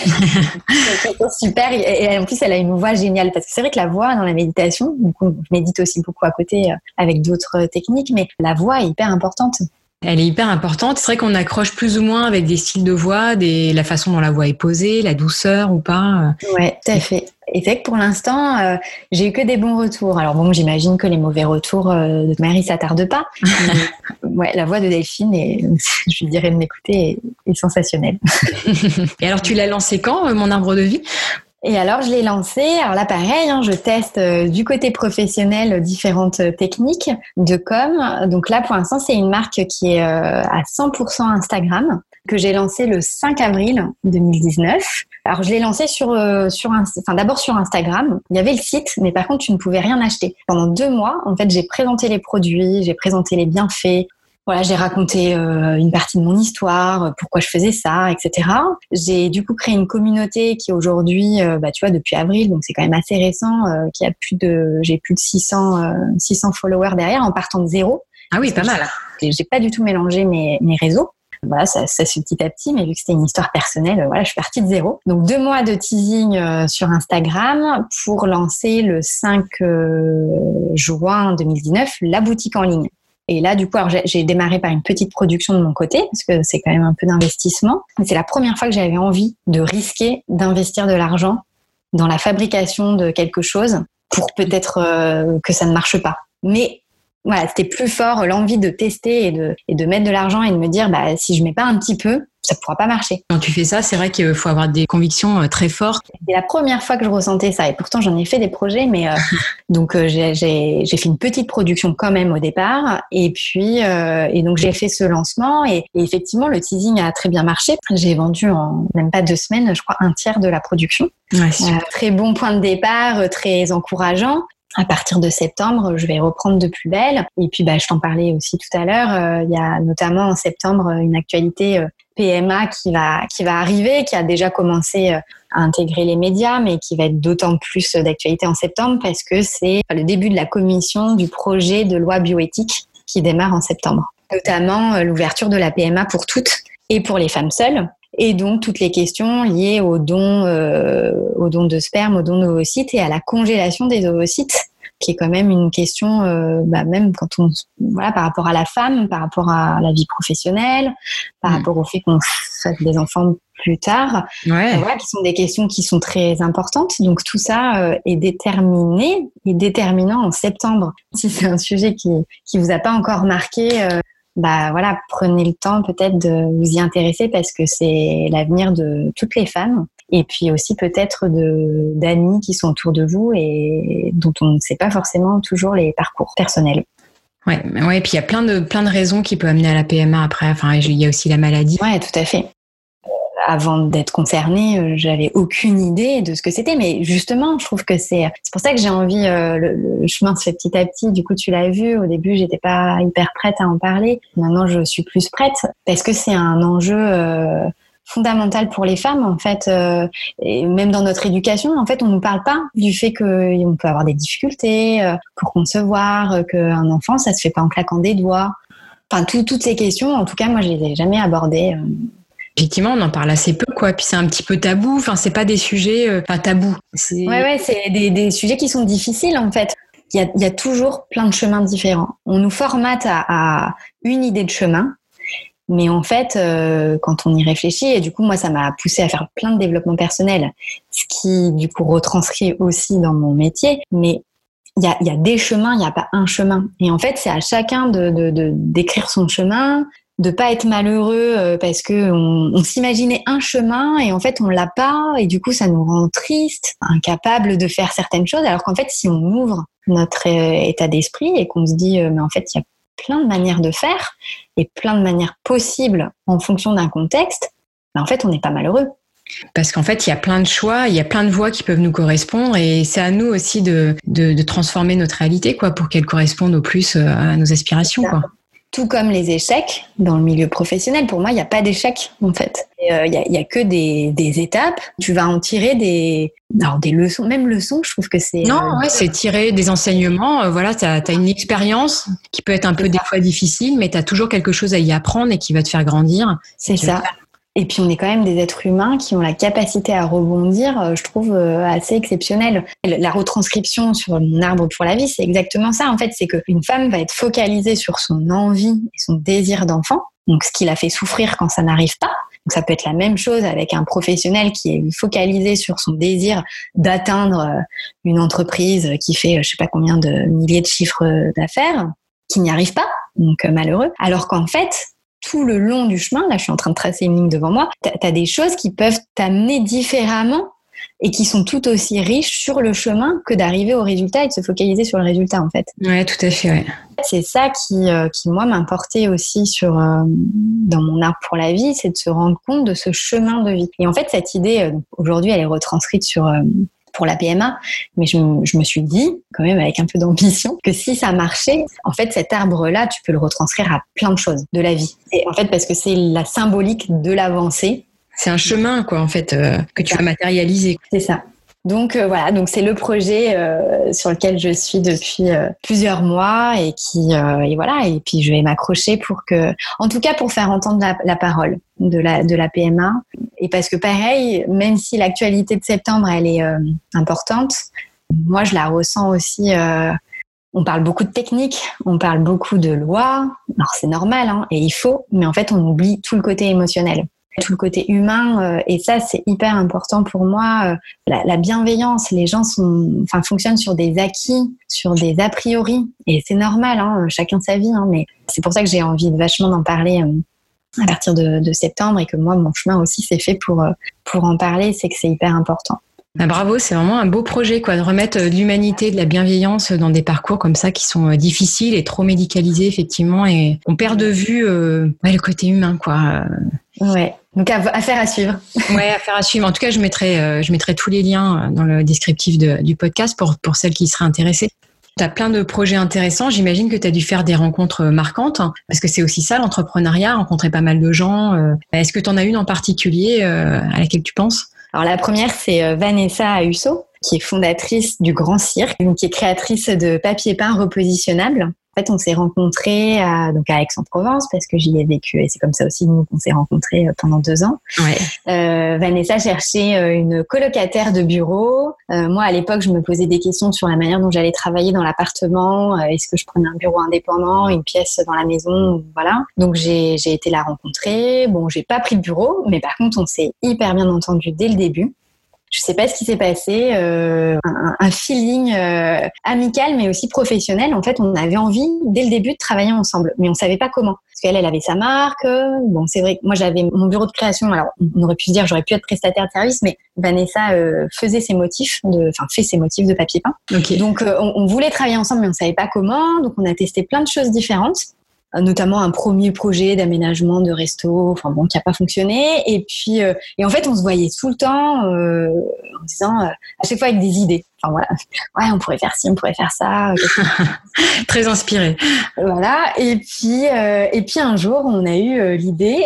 C'est super. Et, et en plus, elle a une voix géniale. Parce que c'est vrai que la voix dans la méditation, du coup, je médite aussi beaucoup à côté euh, avec d'autres techniques, mais la voix est hyper importante. Elle est hyper importante. C'est vrai qu'on accroche plus ou moins avec des styles de voix, des, la façon dont la voix est posée, la douceur ou pas. Ouais, tout à fait. Et c'est vrai que pour l'instant, euh, j'ai eu que des bons retours. Alors bon, j'imagine que les mauvais retours euh, de Marie s'attardent pas. Mais, ouais, la voix de Delphine, et, je lui dirais de m'écouter, est, est sensationnelle. Et alors, tu l'as lancé quand, euh, Mon Arbre de Vie ? Et alors, je l'ai lancé. Alors là, pareil, hein, je teste euh, du côté professionnel euh, différentes techniques de com. Donc là, pour l'instant, c'est une marque qui est euh, à cent pour cent Instagram, que j'ai lancé le cinq avril deux mille dix-neuf. Alors, je l'ai lancé sur, euh, sur un, enfin, d'abord sur Instagram. Il y avait le site, mais par contre, tu ne pouvais rien acheter. Pendant deux mois, en fait, j'ai présenté les produits, j'ai présenté les bienfaits. Voilà, j'ai raconté euh, une partie de mon histoire, pourquoi je faisais ça, et cetera. J'ai du coup créé une communauté qui aujourd'hui, euh, bah, tu vois, depuis avril, donc c'est quand même assez récent, euh, qui a plus de, j'ai plus de six cents, euh, six cents followers derrière en partant de zéro. Ah oui, pas mal. J'ai, j'ai pas du tout mélangé mes, mes réseaux. Voilà, ça, ça se fait petit à petit, mais vu que c'était une histoire personnelle, voilà, je suis partie de zéro. Donc deux mois de teasing euh, sur Instagram pour lancer le cinq juin deux mille dix-neuf la boutique en ligne. Et là, du coup, alors j'ai, j'ai démarré par une petite production de mon côté, parce que c'est quand même un peu d'investissement. Mais c'est la première fois que j'avais envie de risquer d'investir de l'argent dans la fabrication de quelque chose pour peut-être euh, que ça ne marche pas. Mais voilà, c'était plus fort l'envie de tester et de, et de mettre de l'argent et de me dire, bah, si je mets pas un petit peu, ça pourra pas marcher. Quand tu fais ça, c'est vrai qu'il faut avoir des convictions très fortes. C'est la première fois que je ressentais ça et pourtant j'en ai fait des projets, mais euh, donc euh, j'ai, j'ai, j'ai fait une petite production quand même au départ et puis euh, et donc j'ai fait ce lancement et, et effectivement le teasing a très bien marché. J'ai vendu en même pas deux semaines, je crois un tiers de la production. Ouais, euh, très bon point de départ, très encourageant. À partir de septembre, je vais reprendre de plus belle. Et puis, bah, je t'en parlais aussi tout à l'heure. Euh, il y a notamment en septembre une actualité euh, P M A qui va qui va arriver, qui a déjà commencé euh, à intégrer les médias, mais qui va être d'autant plus d'actualité en septembre parce que c'est le début de la commission du projet de loi bioéthique qui démarre en septembre. Notamment euh, l'ouverture de la P M A pour toutes et pour les femmes seules. Et donc, toutes les questions liées aux dons, euh, aux dons de sperme, aux dons d'ovocytes et à la congélation des ovocytes, qui est quand même une question, euh, bah, même quand on, voilà, par rapport à la femme, par rapport à la vie professionnelle, par mmh. rapport au fait qu'on fasse des enfants plus tard. Ouais. Euh, voilà, qui sont des questions qui sont très importantes. Donc, tout ça euh, est déterminé et déterminant en septembre. Si c'est un sujet qui, qui vous a pas encore marqué, euh, bah voilà, prenez le temps peut-être de vous y intéresser parce que c'est l'avenir de toutes les femmes et puis aussi peut-être de d'amis qui sont autour de vous et dont on ne sait pas forcément toujours les parcours personnels. Ouais, ouais, et puis il y a plein de plein de raisons qui peuvent amener à la P M A après. Enfin, il y a aussi la maladie. Ouais, tout à fait. Avant d'être concernée, j'avais aucune idée de ce que c'était, mais justement, je trouve que c'est c'est pour ça que j'ai envie. Euh, le, le chemin se fait petit à petit. Du coup, tu l'as vu. Au début, j'étais pas hyper prête à en parler. Maintenant, je suis plus prête parce que c'est un enjeu euh, fondamental pour les femmes, en fait. Euh, et même dans notre éducation, en fait, on nous parle pas du fait qu'on peut avoir des difficultés euh, pour concevoir, euh, qu'un enfant, ça se fait pas en claquant des doigts. Enfin, tout, toutes ces questions, en tout cas, moi, je les ai jamais abordées. Euh, Effectivement, on en parle assez peu, quoi. Puis c'est un petit peu tabou. Enfin, c'est pas des sujets, euh, enfin tabous. C'est... Ouais, ouais, c'est des, des sujets qui sont difficiles en fait. Il y a, il y a toujours plein de chemins différents. On nous formate à, à une idée de chemin, mais en fait, euh, quand on y réfléchit, et du coup, moi, ça m'a poussée à faire plein de développement personnel, ce qui du coup retranscrit aussi dans mon métier. Mais il y a, il y a des chemins, il n'y a pas un chemin. Et en fait, c'est à chacun de, de, de d'écrire son chemin. De pas être malheureux parce que on, on s'imaginait un chemin et en fait on l'a pas et du coup ça nous rend triste, incapable de faire certaines choses alors qu'en fait si on ouvre notre état d'esprit et qu'on se dit mais en fait il y a plein de manières de faire et plein de manières possibles en fonction d'un contexte, ben en fait on n'est pas malheureux. Parce qu'en fait, il y a plein de choix, il y a plein de voies qui peuvent nous correspondre et c'est à nous aussi de, de, de transformer notre réalité quoi, pour qu'elle corresponde au plus à nos aspirations, quoi. Tout comme les échecs dans le milieu professionnel, pour moi, il n'y a pas d'échec, en fait. Il euh, n'y a, y a que des, des étapes. Tu vas en tirer des, alors des leçons, même leçons, je trouve que c'est... Non, euh, ouais, c'est tirer des enseignements. Euh, voilà, tu as une expérience qui peut être un peu des fois difficile, mais tu as toujours quelque chose à y apprendre et qui va te faire grandir. C'est ça. Et puis, on est quand même des êtres humains qui ont la capacité à rebondir, je trouve, assez exceptionnelle. La retranscription sur mon arbre pour la vie, c'est exactement ça. En fait, c'est qu'une femme va être focalisée sur son envie et son désir d'enfant, donc ce qui la fait souffrir quand ça n'arrive pas. Donc, ça peut être la même chose avec un professionnel qui est focalisé sur son désir d'atteindre une entreprise qui fait, je sais pas combien de milliers de chiffres d'affaires, qui n'y arrive pas, donc malheureux. Alors qu'en fait, tout le long du chemin, là je suis en train de tracer une ligne devant moi, tu as des choses qui peuvent t'amener différemment et qui sont tout aussi riches sur le chemin que d'arriver au résultat et de se focaliser sur le résultat en fait. Ouais, tout à fait, ouais. C'est ça qui, euh, qui moi m'importait aussi sur, euh, dans mon arbre pour la vie, c'est de se rendre compte de ce chemin de vie. Et en fait cette idée, euh, aujourd'hui elle est retranscrite sur... Euh, pour la P M A, mais je, je me suis dit, quand même avec un peu d'ambition, que si ça marchait, en fait cet arbre-là, tu peux le retranscrire à plein de choses de la vie. Et en fait, parce que c'est la symbolique de l'avancée. C'est un chemin, quoi, en fait, euh, que tu vas matérialiser. C'est ça. Donc euh, voilà, donc c'est le projet euh, sur lequel je suis depuis euh, plusieurs mois et qui euh, et voilà et puis je vais m'accrocher pour que, en tout cas pour faire entendre la, la parole de la de la P M A et parce que pareil, même si l'actualité de septembre elle est euh, importante, moi je la ressens aussi. Euh, on parle beaucoup de technique, on parle beaucoup de lois, alors c'est normal hein, et il faut, mais en fait on oublie tout le côté émotionnel. Tout le côté humain euh, et ça c'est hyper important pour moi. Euh, la, la bienveillance, les gens sont, enfin fonctionnent sur des acquis, sur des a priori et c'est normal, hein, chacun sa vie, hein, mais c'est pour ça que j'ai envie de vachement d'en parler euh, à partir de, de septembre et que moi, mon chemin aussi s'est fait pour, pour en parler, c'est que c'est hyper important. Ah, bravo, c'est vraiment un beau projet, quoi, de remettre de l'humanité, de la bienveillance dans des parcours comme ça qui sont difficiles et trop médicalisés, effectivement, et on perd de vue euh, ouais, le côté humain, quoi. Ouais. Donc, affaire à suivre. Ouais, affaire à suivre. En tout cas, je mettrai, euh, je mettrai tous les liens dans le descriptif de, du podcast pour, pour celles qui seraient intéressées. Tu as plein de projets intéressants. J'imagine que tu as dû faire des rencontres marquantes, hein, parce que c'est aussi ça, l'entrepreneuriat, rencontrer pas mal de gens. Euh, est-ce que tu en as une en particulier euh, à laquelle tu penses ? Alors la première, c'est Vanessa Husso, qui est fondatrice du Grand Cirque, qui est créatrice de papier peint repositionnables. En fait, on s'est rencontrés à, donc à Aix-en-Provence parce que j'y ai vécu et c'est comme ça aussi nous qu'on s'est rencontrés pendant deux ans. Ouais. Euh, Vanessa cherchait une colocataire de bureau. Euh, moi, à l'époque, je me posais des questions sur la manière dont j'allais travailler dans l'appartement. Euh, est-ce que je prenais un bureau indépendant, une pièce dans la maison, voilà. Donc j'ai j'ai été la rencontrer. Bon, j'ai pas pris le bureau, mais par contre, on s'est hyper bien entendu dès le début. Je sais pas ce qui s'est passé, euh, un, un feeling euh, amical mais aussi professionnel. En fait, on avait envie dès le début de travailler ensemble, mais on savait pas comment. Parce qu'elle, elle avait sa marque. Euh, bon, c'est vrai que moi j'avais mon bureau de création. Alors, on aurait pu se dire j'aurais pu être prestataire de service, mais Vanessa euh, faisait ses motifs, de, enfin fait ses motifs de papier peint. Okay. Donc, euh, on, on voulait travailler ensemble, mais on savait pas comment. Donc, on a testé plein de choses différentes. Notamment un premier projet d'aménagement de resto, enfin bon, qui a pas fonctionné. Et puis, euh, et en fait, on se voyait tout le temps euh, en disant euh, à chaque fois avec des idées. Enfin voilà, ouais, on pourrait faire ci, on pourrait faire ça. Très inspiré. Voilà. Et puis, euh, et puis un jour, on a eu euh, l'idée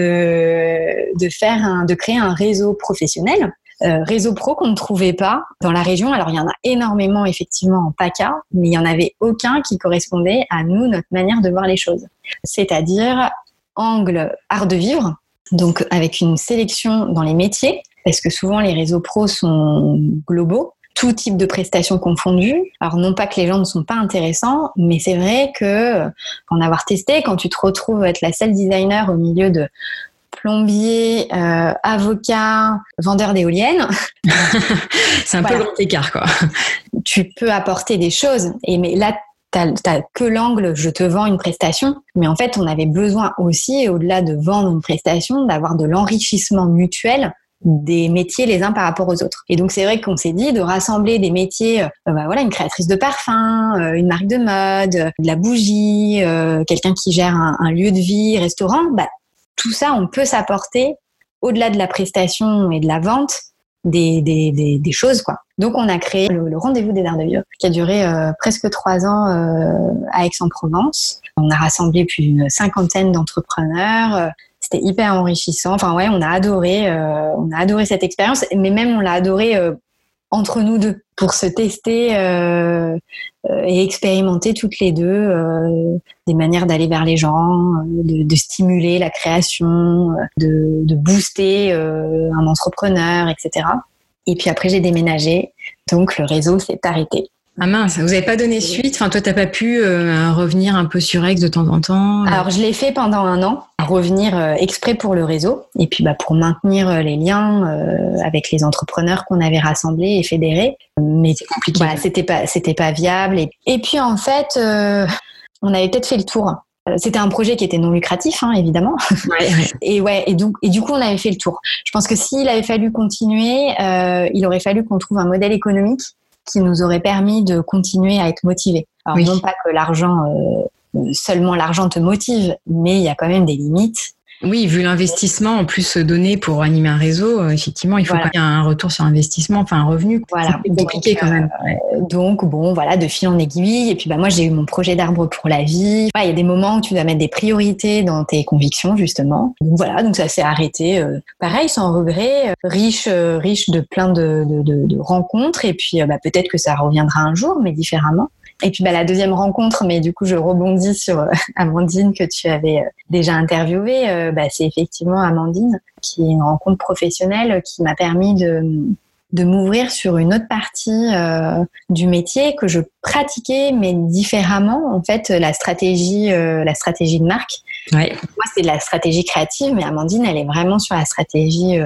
de de faire un, de créer un réseau professionnel. Euh, réseau pro qu'on ne trouvait pas dans la région. Alors, il y en a énormément, effectivement, en PACA, mais il n'y en avait aucun qui correspondait à nous, notre manière de voir les choses. C'est-à-dire angle art de vivre, donc avec une sélection dans les métiers, parce que souvent, les réseaux pros sont globaux, tout type de prestations confondues. Alors, non pas que les gens ne sont pas intéressants, mais c'est vrai que, en avoir testé, quand tu te retrouves être la seule designer au milieu de plombier, euh, avocat, vendeur d'éoliennes. C'est un voilà. peu grand écart, quoi. Tu peux apporter des choses. Et mais là, t'as, t'as que l'angle, je te vends une prestation. Mais en fait, on avait besoin aussi, au-delà de vendre une prestation, d'avoir de l'enrichissement mutuel des métiers les uns par rapport aux autres. Et donc, c'est vrai qu'on s'est dit de rassembler des métiers, euh, bah voilà, une créatrice de parfum, euh, une marque de mode, euh, de la bougie, euh, quelqu'un qui gère un, un lieu de vie, restaurant, bah, tout ça, on peut s'apporter, au-delà de la prestation et de la vente, des, des, des, des choses, quoi. Donc, on a créé le, le Rendez-vous des Arts de Vivre, qui a duré euh, presque trois ans euh, à Aix-en-Provence. On a rassemblé plus d'une cinquantaine d'entrepreneurs. Euh, c'était hyper enrichissant. Enfin, ouais, on a adoré, euh, on a adoré cette expérience, mais même on l'a adoré euh, entre nous deux, pour se tester euh, euh, et expérimenter toutes les deux euh, des manières d'aller vers les gens, euh, de, de stimuler la création, euh, de, de booster euh, un entrepreneur, et cetera. Et puis après, j'ai déménagé, donc le réseau s'est arrêté. Ah mince, vous n'avez pas donné suite? Enfin, toi, t'as pas pu euh, revenir un peu sur Aix de temps en temps? Alors, je l'ai fait pendant un an, revenir euh, exprès pour le réseau, et puis bah, pour maintenir euh, les liens euh, avec les entrepreneurs qu'on avait rassemblés et fédérés. Mais c'est compliqué. Voilà, c'était pas, c'était pas viable. Et, et puis en fait, euh, on avait peut-être fait le tour. C'était un projet qui était non lucratif, hein, évidemment. Ouais, ouais. Et ouais, et donc, et du coup, on avait fait le tour. Je pense que s'il avait fallu continuer, euh, il aurait fallu qu'on trouve un modèle économique qui nous aurait permis de continuer à être motivés. Alors, oui. Non pas que l'argent, euh, seulement l'argent te motive, mais il y a quand même des limites. Oui, vu l'investissement en plus donné pour animer un réseau, euh, effectivement, il faut voilà. Qu'il y ait un retour sur investissement, enfin un revenu. Voilà. C'est compliqué donc, quand même. Euh, donc, bon, voilà, de fil en aiguille. Et puis, bah, moi, j'ai eu mon projet d'arbre pour la vie. Il y a des moments où tu dois mettre des priorités dans tes convictions, justement. Donc, voilà, donc ça s'est arrêté. Euh, pareil, sans regret, euh, riche, euh, riche de plein de, de, de, de rencontres. Et puis, euh, bah, peut-être que ça reviendra un jour, mais différemment. Et puis bah, la deuxième rencontre, mais du coup je rebondis sur euh, Amandine que tu avais euh, déjà interviewée, euh, bah, c'est effectivement Amandine qui est une rencontre professionnelle qui m'a permis de, de m'ouvrir sur une autre partie euh, du métier que je pratiquais mais différemment. En fait, la stratégie, euh, la stratégie de marque, ouais. Moi c'est de la stratégie créative, mais Amandine elle est vraiment sur la stratégie euh,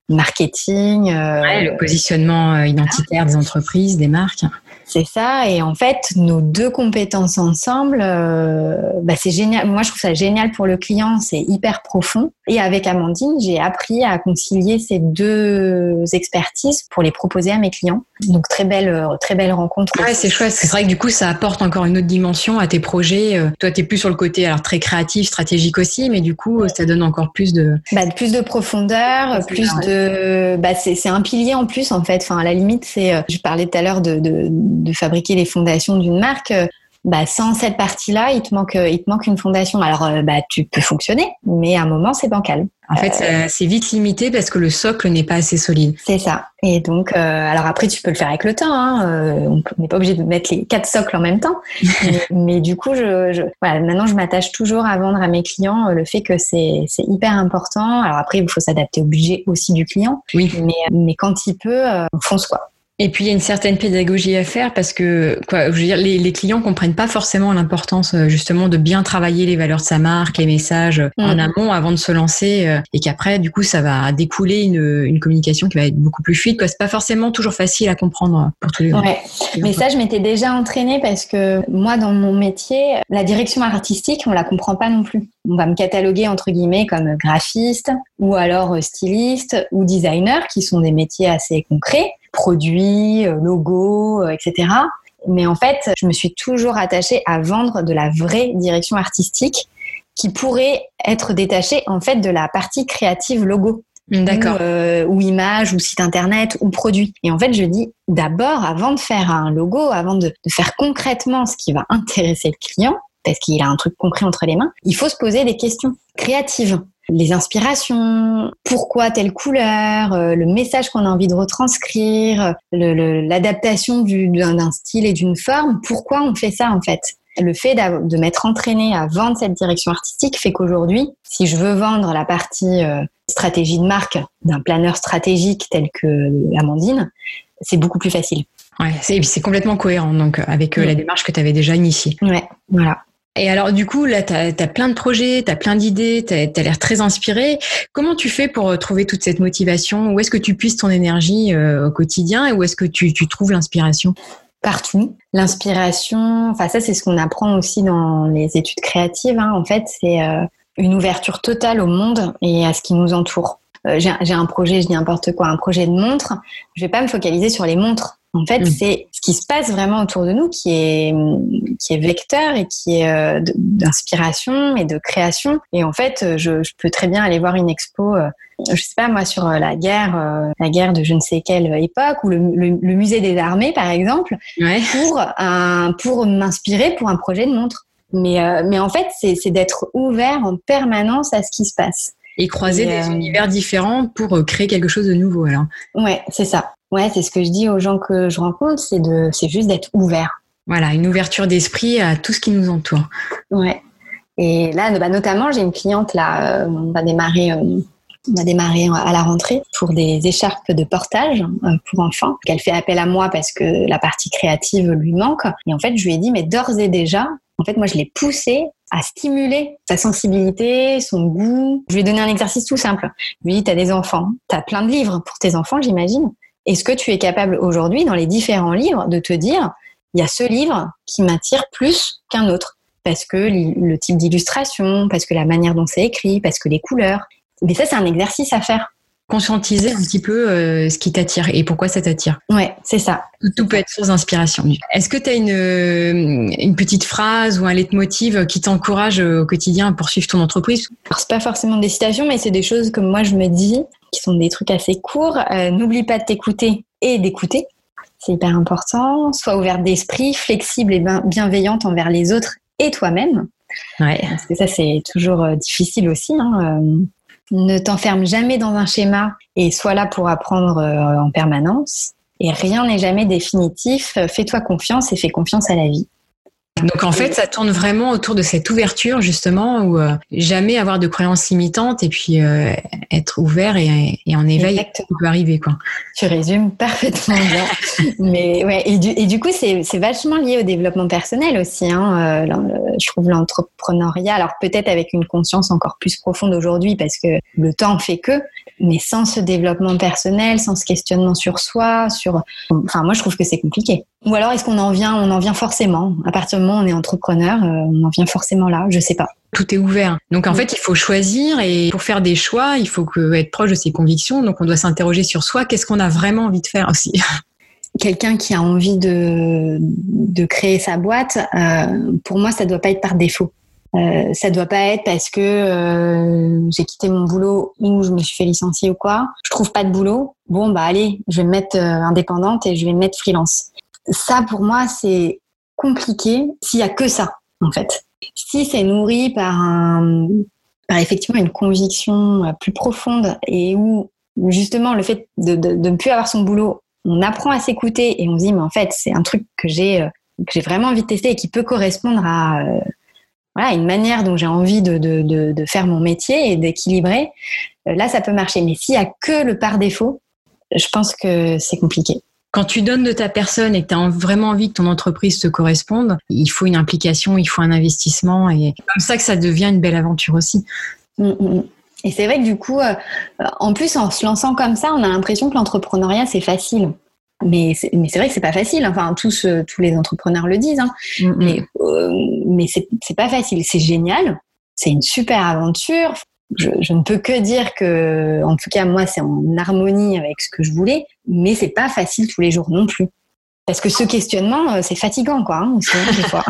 marketing. Euh, ouais, le positionnement identitaire des entreprises, des marques. C'est ça. Et en fait, nos deux compétences ensemble, euh, bah c'est génial. Moi, je trouve ça génial pour le client. C'est hyper profond. Et avec Amandine, j'ai appris à concilier ces deux expertises pour les proposer à mes clients. Donc, très belle, très belle rencontre. Ouais, c'est chouette. C'est vrai que du coup, ça apporte encore une autre dimension à tes projets. Toi, t'es plus sur le côté, alors très créatif, stratégique aussi, mais du coup, ça donne encore plus de... Bah, plus de profondeur, plus ça, ouais. de... Bah, c'est, c'est un pilier en plus, en fait. Enfin, à la limite, c'est... Je parlais tout à l'heure de... de de fabriquer les fondations d'une marque, bah, sans cette partie-là, il te manque, il te manque une fondation. Alors, bah, tu peux fonctionner, mais à un moment, c'est bancal. En fait, euh, c'est vite limité parce que le socle n'est pas assez solide. C'est ça. Et donc, euh, alors après, tu peux le faire avec le temps. Hein. Euh, on n'est pas obligé de mettre les quatre socles en même temps. mais, mais du coup, je, je, voilà, maintenant, je m'attache toujours à vendre à mes clients le fait que c'est, c'est hyper important. Alors après, il faut s'adapter au budget aussi du client. Oui. Mais, mais quand il peut, euh, on fonce quoi. Et puis, il y a une certaine pédagogie à faire parce que, quoi, je veux dire, les, les clients comprennent pas forcément l'importance, justement, de bien travailler les valeurs de sa marque, les messages mmh. en amont avant de se lancer et qu'après, du coup, ça va découler une, une communication qui va être beaucoup plus fluide, quoi. C'est pas forcément toujours facile à comprendre pour tous les gens. Ouais. Mais ça, je m'étais déjà entraînée parce que moi, dans mon métier, la direction artistique, on la comprend pas non plus. On va me cataloguer, entre guillemets, comme graphiste ou alors styliste ou designer, qui sont des métiers assez concrets. Produits, logos, et cetera. Mais en fait, je me suis toujours attachée à vendre de la vraie direction artistique qui pourrait être détachée en fait de la partie créative logo. D'accord. Ou, euh, ou image, ou site internet, ou produit. Et en fait, je dis d'abord, avant de faire un logo, avant de, de faire concrètement ce qui va intéresser le client, parce qu'il a un truc concret entre les mains, il faut se poser des questions créatives. Les inspirations, pourquoi telle couleur, euh, le message qu'on a envie de retranscrire, le, le, l'adaptation du, d'un, d'un style et d'une forme, pourquoi on fait ça en fait ? Le fait de m'être entraînée à vendre cette direction artistique fait qu'aujourd'hui, si je veux vendre la partie euh, stratégie de marque d'un planeur stratégique tel que Amandine, c'est beaucoup plus facile. Ouais, c'est, c'est complètement cohérent donc avec euh, mmh. la démarche que tu avais déjà initiée. Ouais, voilà. Et alors, du coup, là, tu as plein de projets, tu as plein d'idées, tu as l'air très inspirée. Comment tu fais pour trouver toute cette motivation ? Où est-ce que tu puisses ton énergie euh, au quotidien et où est-ce que tu, tu trouves l'inspiration ? Partout. L'inspiration, enfin ça, c'est ce qu'on apprend aussi dans les études créatives. Hein. En fait, c'est euh, une ouverture totale au monde et à ce qui nous entoure. Euh, j'ai, j'ai un projet, je dis n'importe quoi, un projet de montre. Je vais pas me focaliser sur les montres. En fait, mmh. c'est ce qui se passe vraiment autour de nous qui est qui est vecteur et qui est euh, d'inspiration et de création. Et en fait, je, je peux très bien aller voir une expo, euh, je sais pas moi, sur la guerre, euh, la guerre de je ne sais quelle époque, ou le, le, le musée des armées, par exemple, ouais. pour un pour m'inspirer pour un projet de montre. Mais euh, mais en fait, c'est c'est d'être ouvert en permanence à ce qui se passe. Et croiser et des euh... univers différents pour créer quelque chose de nouveau, alors. Ouais, c'est ça. Ouais, c'est ce que je dis aux gens que je rencontre, c'est de, c'est juste d'être ouvert. Voilà, une ouverture d'esprit à tout ce qui nous entoure. Ouais. Et là, bah, notamment, j'ai une cliente là, euh, on va démarrer, euh, on va démarrer à la rentrée pour des écharpes de portage euh, pour enfants. Elle fait appel à moi parce que la partie créative lui manque. Et en fait, je lui ai dit, mais d'ores et déjà, en fait, moi, je l'ai poussée à stimuler sa sensibilité, son goût. Je lui ai donné un exercice tout simple. Je lui ai dit, t'as des enfants, t'as plein de livres pour tes enfants, j'imagine. Est-ce que tu es capable aujourd'hui, dans les différents livres, de te dire, il y a ce livre qui m'attire plus qu'un autre ? Parce que le type d'illustration, parce que la manière dont c'est écrit, parce que les couleurs. Mais ça, c'est un exercice à faire. Conscientiser un petit peu euh, ce qui t'attire et pourquoi ça t'attire. Ouais, c'est ça. Tout, tout peut être source d'inspiration. Est-ce que tu as une, une petite phrase ou un leitmotiv qui t'encourage au quotidien à poursuivre ton entreprise ? Alors, c'est pas forcément des citations, mais c'est des choses que moi je me dis, qui sont des trucs assez courts. Euh, n'oublie pas de t'écouter et d'écouter. C'est hyper important. Sois ouverte d'esprit, flexible et bienveillante envers les autres et toi-même. Ouais. Parce que ça, c'est toujours euh, difficile aussi. Hein. Euh, ne t'enferme jamais dans un schéma et sois là pour apprendre euh, en permanence. Et rien n'est jamais définitif. Fais-toi confiance et fais confiance à la vie. Donc en fait, ça tourne vraiment autour de cette ouverture justement, où euh, jamais avoir de croyances limitantes et puis euh, être ouvert et, et en éveil, Exactement. ça peut arriver quoi. Tu résumes parfaitement bien. Mais ouais, et du, et du coup, c'est, c'est vachement lié au développement personnel aussi. Hein. Euh, je trouve l'entrepreneuriat, alors peut-être avec une conscience encore plus profonde aujourd'hui parce que le temps fait que, mais sans ce développement personnel, sans ce questionnement sur soi, sur, enfin moi je trouve que c'est compliqué. Ou alors est-ce qu'on en vient, on en vient forcément à partir du moment où on est entrepreneur, euh, on en vient forcément là, je sais pas. Tout est ouvert. Donc en fait, il faut choisir et pour faire des choix, il faut que, être proche de ses convictions. Donc on doit s'interroger sur soi, qu'est-ce qu'on a vraiment envie de faire aussi. Quelqu'un qui a envie de, de créer sa boîte, euh, pour moi, ça doit pas être par défaut. Euh, ça doit pas être parce que euh, j'ai quitté mon boulot ou je me suis fait licencier ou quoi. Je trouve pas de boulot. Bon, bah allez, je vais me mettre euh, indépendante et je vais me mettre freelance. Ça, pour moi, c'est compliqué s'il y a que ça, en fait. Si c'est nourri par un, par effectivement une conviction plus profonde et où justement le fait de, de, de ne plus avoir son boulot, on apprend à s'écouter et on se dit mais en fait c'est un truc que j'ai que j'ai vraiment envie de tester et qui peut correspondre à euh, voilà une manière dont j'ai envie de, de, de, de faire mon métier et d'équilibrer. Euh, là ça peut marcher, mais s'il y a que le par défaut, je pense que c'est compliqué. Quand tu donnes de ta personne et que tu as vraiment envie que ton entreprise te corresponde, il faut une implication, il faut un investissement et c'est comme ça que ça devient une belle aventure aussi. Mmh, et c'est vrai que du coup, euh, en plus en se lançant comme ça, on a l'impression que l'entrepreneuriat c'est facile. Mais c'est, mais c'est vrai que c'est pas facile. Enfin, tous, euh, tous les entrepreneurs le disent. Hein. Mmh. Mais, euh, mais c'est, c'est pas facile. C'est génial. C'est une super aventure. Je, je ne peux que dire que, en tout cas, moi, c'est en harmonie avec ce que je voulais, mais c'est pas facile tous les jours non plus. Parce que ce questionnement, c'est fatigant, quoi, hein, aussi, des fois.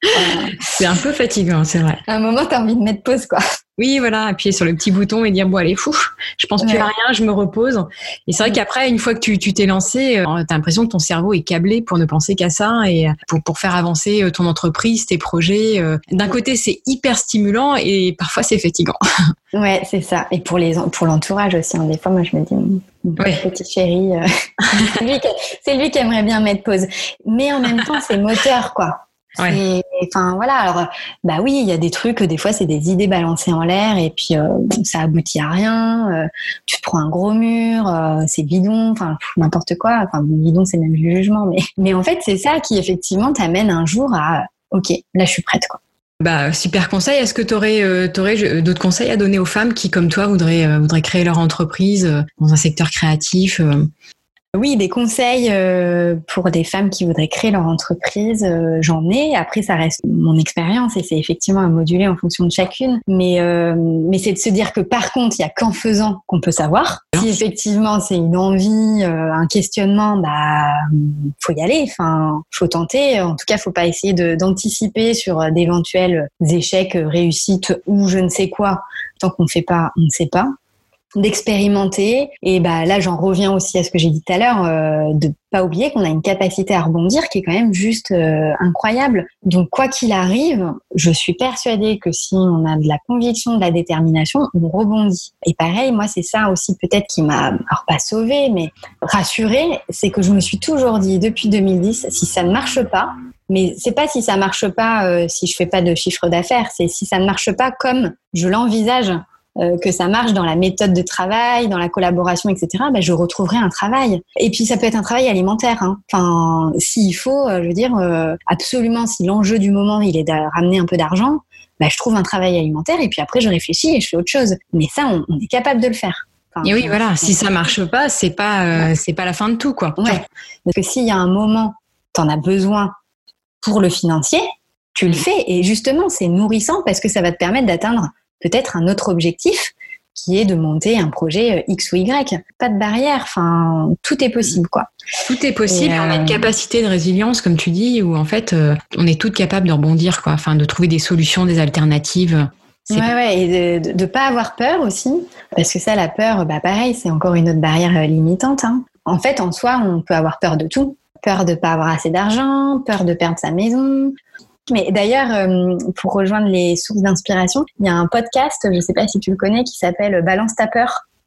C'est un peu fatigant, c'est vrai. À un moment, t'as envie de mettre pause, quoi. Oui, voilà, appuyer sur le petit bouton et dire, bon, allez, fou, je pense plus ouais. à rien, je me repose. Et c'est vrai ouais. qu'après, une fois que tu, tu t'es lancé, t'as l'impression que ton cerveau est câblé pour ne penser qu'à ça et pour, pour faire avancer ton entreprise, tes projets. D'un côté, c'est hyper stimulant et parfois, c'est fatigant. Ouais, c'est ça. Et pour, les, pour l'entourage aussi, hein. Des fois, moi, je me dis, mon ouais. petit chéri, euh, c'est, lui qui, c'est lui qui aimerait bien mettre pause. Mais en même temps, c'est moteur, quoi. Ouais. Enfin voilà, alors bah oui, il y a des trucs, des fois c'est des idées balancées en l'air et puis euh, ça aboutit à rien. Euh, tu te prends un gros mur, euh, c'est bidon, enfin n'importe quoi. Enfin bidon c'est même le jugement, mais mais en fait c'est ça qui effectivement t'amène un jour à ok, là je suis prête quoi. Bah super conseil. Est-ce que t'aurais euh, t'aurais d'autres conseils à donner aux femmes qui comme toi voudraient euh, voudraient créer leur entreprise euh, dans un secteur créatif euh... Oui, des conseils euh, pour des femmes qui voudraient créer leur entreprise, euh, j'en ai. Après, ça reste mon expérience et c'est effectivement à moduler en fonction de chacune. Mais euh, mais c'est de se dire que par contre, il y a qu'en faisant qu'on peut savoir. Si effectivement c'est une envie, euh, un questionnement, bah faut y aller. Enfin, faut tenter. En tout cas, faut pas essayer de, d'anticiper sur d'éventuels échecs, réussites ou je ne sais quoi. Tant qu'on ne fait pas, on ne sait pas. D'expérimenter et bah là j'en reviens aussi à ce que j'ai dit tout à l'heure euh, de pas oublier qu'on a une capacité à rebondir qui est quand même juste euh, incroyable. Donc quoi qu'il arrive, je suis persuadée que si on a de la conviction, de la détermination, on rebondit. Et pareil, moi c'est ça aussi peut-être qui m'a alors pas sauvée mais rassurée, c'est que je me suis toujours dit depuis deux mille dix, si ça ne marche pas, mais c'est pas si ça marche pas euh, si je fais pas de chiffre d'affaires, c'est si ça ne marche pas comme je l'envisage. Euh, que ça marche dans la méthode de travail, dans la collaboration, et cetera, ben, je retrouverai un travail. Et puis, ça peut être un travail alimentaire. Hein. Enfin, s'il faut, euh, je veux dire, euh, absolument, si l'enjeu du moment, il est de ramener un peu d'argent, ben, je trouve un travail alimentaire et puis après, je réfléchis et je fais autre chose. Mais ça, on, on est capable de le faire. Enfin, et oui, voilà. Euh, si ça marche pas, c'est pas, euh, ouais. c'est pas la fin de tout, quoi. Ouais. Parce que s'il y a un moment, t'en as besoin pour le financier, tu le fais. Et justement, c'est nourrissant parce que ça va te permettre d'atteindre peut-être un autre objectif qui est de monter un projet X ou Y. Pas de barrière, enfin, tout est possible, quoi. Tout est possible, et euh... on a une capacité de résilience, comme tu dis, où en fait, euh, on est toutes capables de rebondir, quoi, enfin, de trouver des solutions, des alternatives. C'est... Ouais, ouais, et de ne pas avoir peur aussi, parce que ça, la peur, bah pareil, c'est encore une autre barrière limitante. Hein. En fait, en soi, on peut avoir peur de tout. Peur de ne pas avoir assez d'argent, peur de perdre sa maison. Mais d'ailleurs, euh, pour rejoindre les sources d'inspiration, il y a un podcast, je ne sais pas si tu le connais, qui s'appelle Balance ta peur.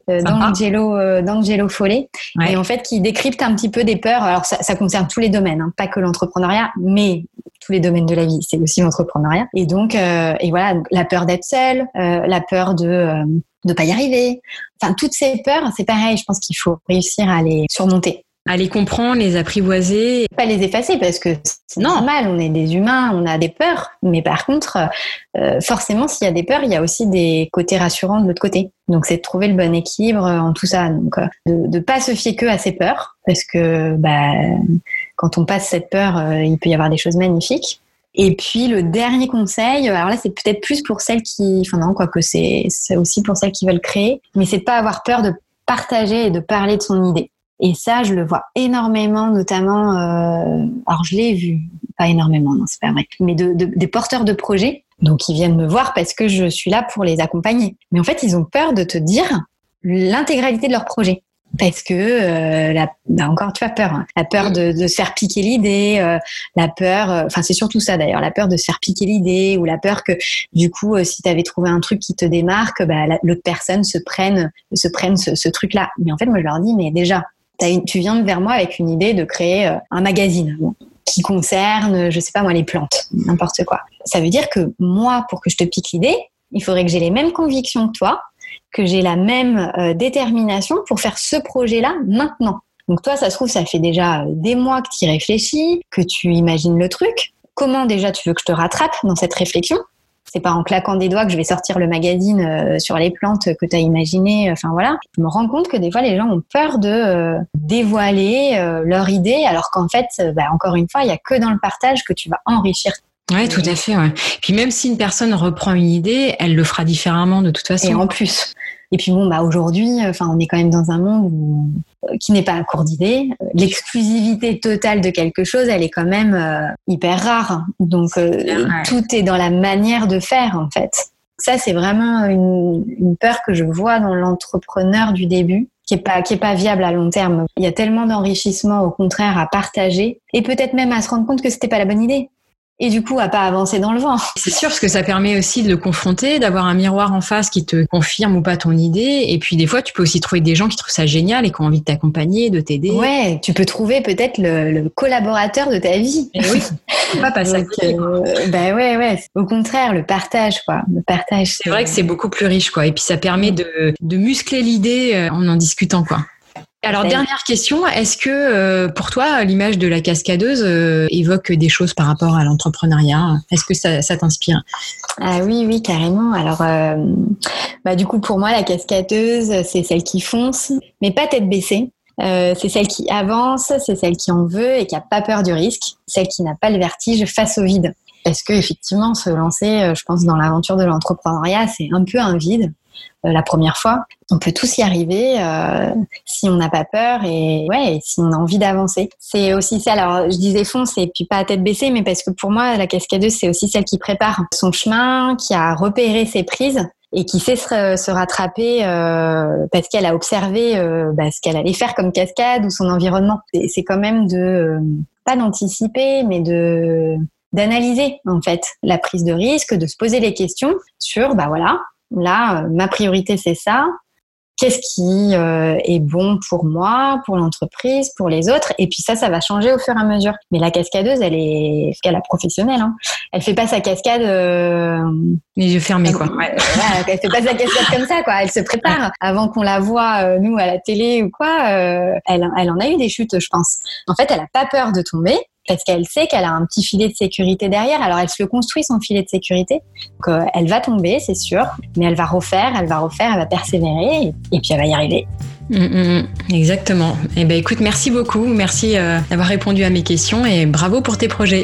euh, d'Angelo, euh, d'Angelo Follet, ouais. Et en fait qui décrypte un petit peu des peurs. Alors ça, ça concerne tous les domaines, hein, pas que l'entrepreneuriat, mais tous les domaines de la vie, c'est aussi l'entrepreneuriat. Et donc, euh, et voilà, la peur d'être seule, euh, la peur de euh, de pas y arriver. Enfin, toutes ces peurs, c'est pareil. Je pense qu'il faut réussir à les surmonter. À les comprendre, les apprivoiser. Pas les effacer parce que c'est non. normal, on est des humains, on a des peurs. Mais par contre, euh, forcément, s'il y a des peurs, il y a aussi des côtés rassurants de l'autre côté. Donc, c'est de trouver le bon équilibre en tout ça. Donc, euh, de ne pas se fier que à ses peurs parce que bah, quand on passe cette peur, euh, il peut y avoir des choses magnifiques. Et puis, le dernier conseil, alors là, c'est peut-être plus pour celles qui... Enfin non, quoique c'est, c'est aussi pour celles qui veulent créer. Mais c'est de pas avoir peur de partager et de parler de son idée. Et ça, je le vois énormément, notamment, euh, alors je l'ai vu, pas énormément, non, c'est pas vrai, mais de, de, des porteurs de projets, donc ils viennent me voir parce que je suis là pour les accompagner. Mais en fait, ils ont peur de te dire l'intégralité de leur projet. Parce que, euh, la, bah encore, tu as peur, hein. La peur de, de se faire piquer l'idée, euh, la peur, euh, enfin c'est surtout ça d'ailleurs, la peur de se faire piquer l'idée ou la peur que du coup, euh, si tu avais trouvé un truc qui te démarque, bah, la, l'autre personne se prenne, se prenne ce, ce truc-là. Mais en fait, moi je leur dis, mais déjà, T'as une, tu viens vers moi avec une idée de créer euh, un magazine bon, qui concerne, je sais pas moi, les plantes, n'importe quoi. Ça veut dire que moi, pour que je te pique l'idée, il faudrait que j'ai les mêmes convictions que toi, que j'ai la même euh, détermination pour faire ce projet-là maintenant. Donc toi, ça se trouve, ça fait déjà des mois que tu y réfléchis, que tu imagines le truc. Comment déjà tu veux que je te rattrape dans cette réflexion ? C'est pas en claquant des doigts que je vais sortir le magazine euh, sur les plantes que tu as imaginé. Enfin voilà, je me rends compte que des fois les gens ont peur de euh, dévoiler euh, leur idée, alors qu'en fait, euh, bah, encore une fois, il y a que dans le partage que tu vas enrichir. Ouais, tout à fait. Ouais. Puis même si une personne reprend une idée, elle le fera différemment de toute façon. Et en plus. Et puis bon, bah aujourd'hui, enfin, on est quand même dans un monde où, euh, qui n'est pas à court d'idées. L'exclusivité totale de quelque chose, elle est quand même euh, hyper rare. Donc euh, ouais. Tout est dans la manière de faire en fait. Ça, c'est vraiment une, une peur que je vois dans l'entrepreneur du début, qui est pas qui est pas viable à long terme. Il y a tellement d'enrichissement, au contraire, à partager et peut-être même à se rendre compte que c'était pas la bonne idée. Et du coup, à pas avancer dans le vent. C'est sûr, parce que ça permet aussi de le confronter, d'avoir un miroir en face qui te confirme ou pas ton idée. Et puis, des fois, tu peux aussi trouver des gens qui trouvent ça génial et qui ont envie de t'accompagner, de t'aider. Ouais, tu peux trouver peut-être le, le collaborateur de ta vie. Et oui, faut pas passer à côté. Euh, bah ouais, ouais. Au contraire, le partage, quoi. Le partage. C'est, c'est vrai que c'est beaucoup plus riche, quoi. Et puis, ça permet de, de muscler l'idée en en discutant, quoi. Alors, dernière question, est-ce que euh, pour toi, l'image de la cascadeuse euh, évoque des choses par rapport à l'entrepreneuriat ? Est-ce que ça, ça t'inspire ? Ah oui, oui, carrément. Alors, euh, bah, du coup, pour moi, la cascadeuse, c'est celle qui fonce, mais pas tête baissée. Euh, c'est celle qui avance, c'est celle qui en veut et qui n'a pas peur du risque, celle qui n'a pas le vertige face au vide. Parce que effectivement, se lancer, je pense, dans l'aventure de l'entrepreneuriat, c'est un peu un vide. Euh, la première fois, on peut tous y arriver euh, si on n'a pas peur et ouais, et si on a envie d'avancer. C'est aussi ça. Alors, je disais fonce et puis pas à tête baissée, mais parce que pour moi, la cascadeuse, c'est aussi celle qui prépare son chemin, qui a repéré ses prises et qui sait se, se rattraper euh, parce qu'elle a observé euh, bah, ce qu'elle allait faire comme cascade ou son environnement. C'est, c'est quand même de euh, pas d'anticiper, mais de d'analyser en fait la prise de risque, de se poser les questions sur bah voilà. Là, euh, ma priorité, c'est ça. Qu'est-ce qui euh, est bon pour moi, pour l'entreprise, pour les autres ? Et puis ça, ça va changer au fur et à mesure. Mais la cascadeuse, elle est, qu'elle a professionnelle. Hein. Elle fait pas sa cascade. Euh... Les yeux fermés, quoi. Ouais. Voilà, elle fait pas sa cascade comme ça, quoi. Elle se prépare avant qu'on la voit euh, nous à la télé ou quoi. Euh, elle, elle en a eu des chutes, je pense. En fait, elle a pas peur de tomber. Parce qu'elle sait qu'elle a un petit filet de sécurité derrière. Alors, elle se le construit, son filet de sécurité. Donc, euh, elle va tomber, c'est sûr. Mais elle va refaire, elle va refaire, elle va persévérer. Et, et puis, elle va y arriver. Mmh, mmh, exactement. Eh ben, écoute, merci beaucoup. Merci euh, d'avoir répondu à mes questions et bravo pour tes projets.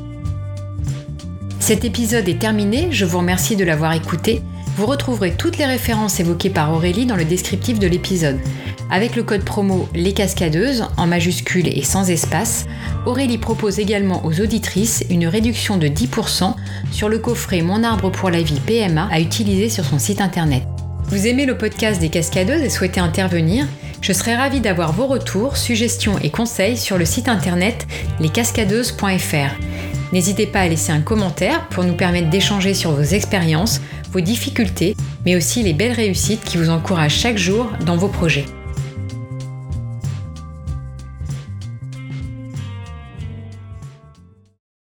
Cet épisode est terminé. Je vous remercie de l'avoir écouté. Vous retrouverez toutes les références évoquées par Aurélie dans le descriptif de l'épisode. Avec le code promo Les Cascadeuses, en majuscule et sans espace, Aurélie propose également aux auditrices une réduction de dix pour cent sur le coffret Mon arbre pour la vie P M A à utiliser sur son site internet. Vous aimez le podcast des Cascadeuses et souhaitez intervenir ? Je serais ravie d'avoir vos retours, suggestions et conseils sur le site internet les cascadeuses point f r. N'hésitez pas à laisser un commentaire pour nous permettre d'échanger sur vos expériences, vos difficultés, mais aussi les belles réussites qui vous encouragent chaque jour dans vos projets.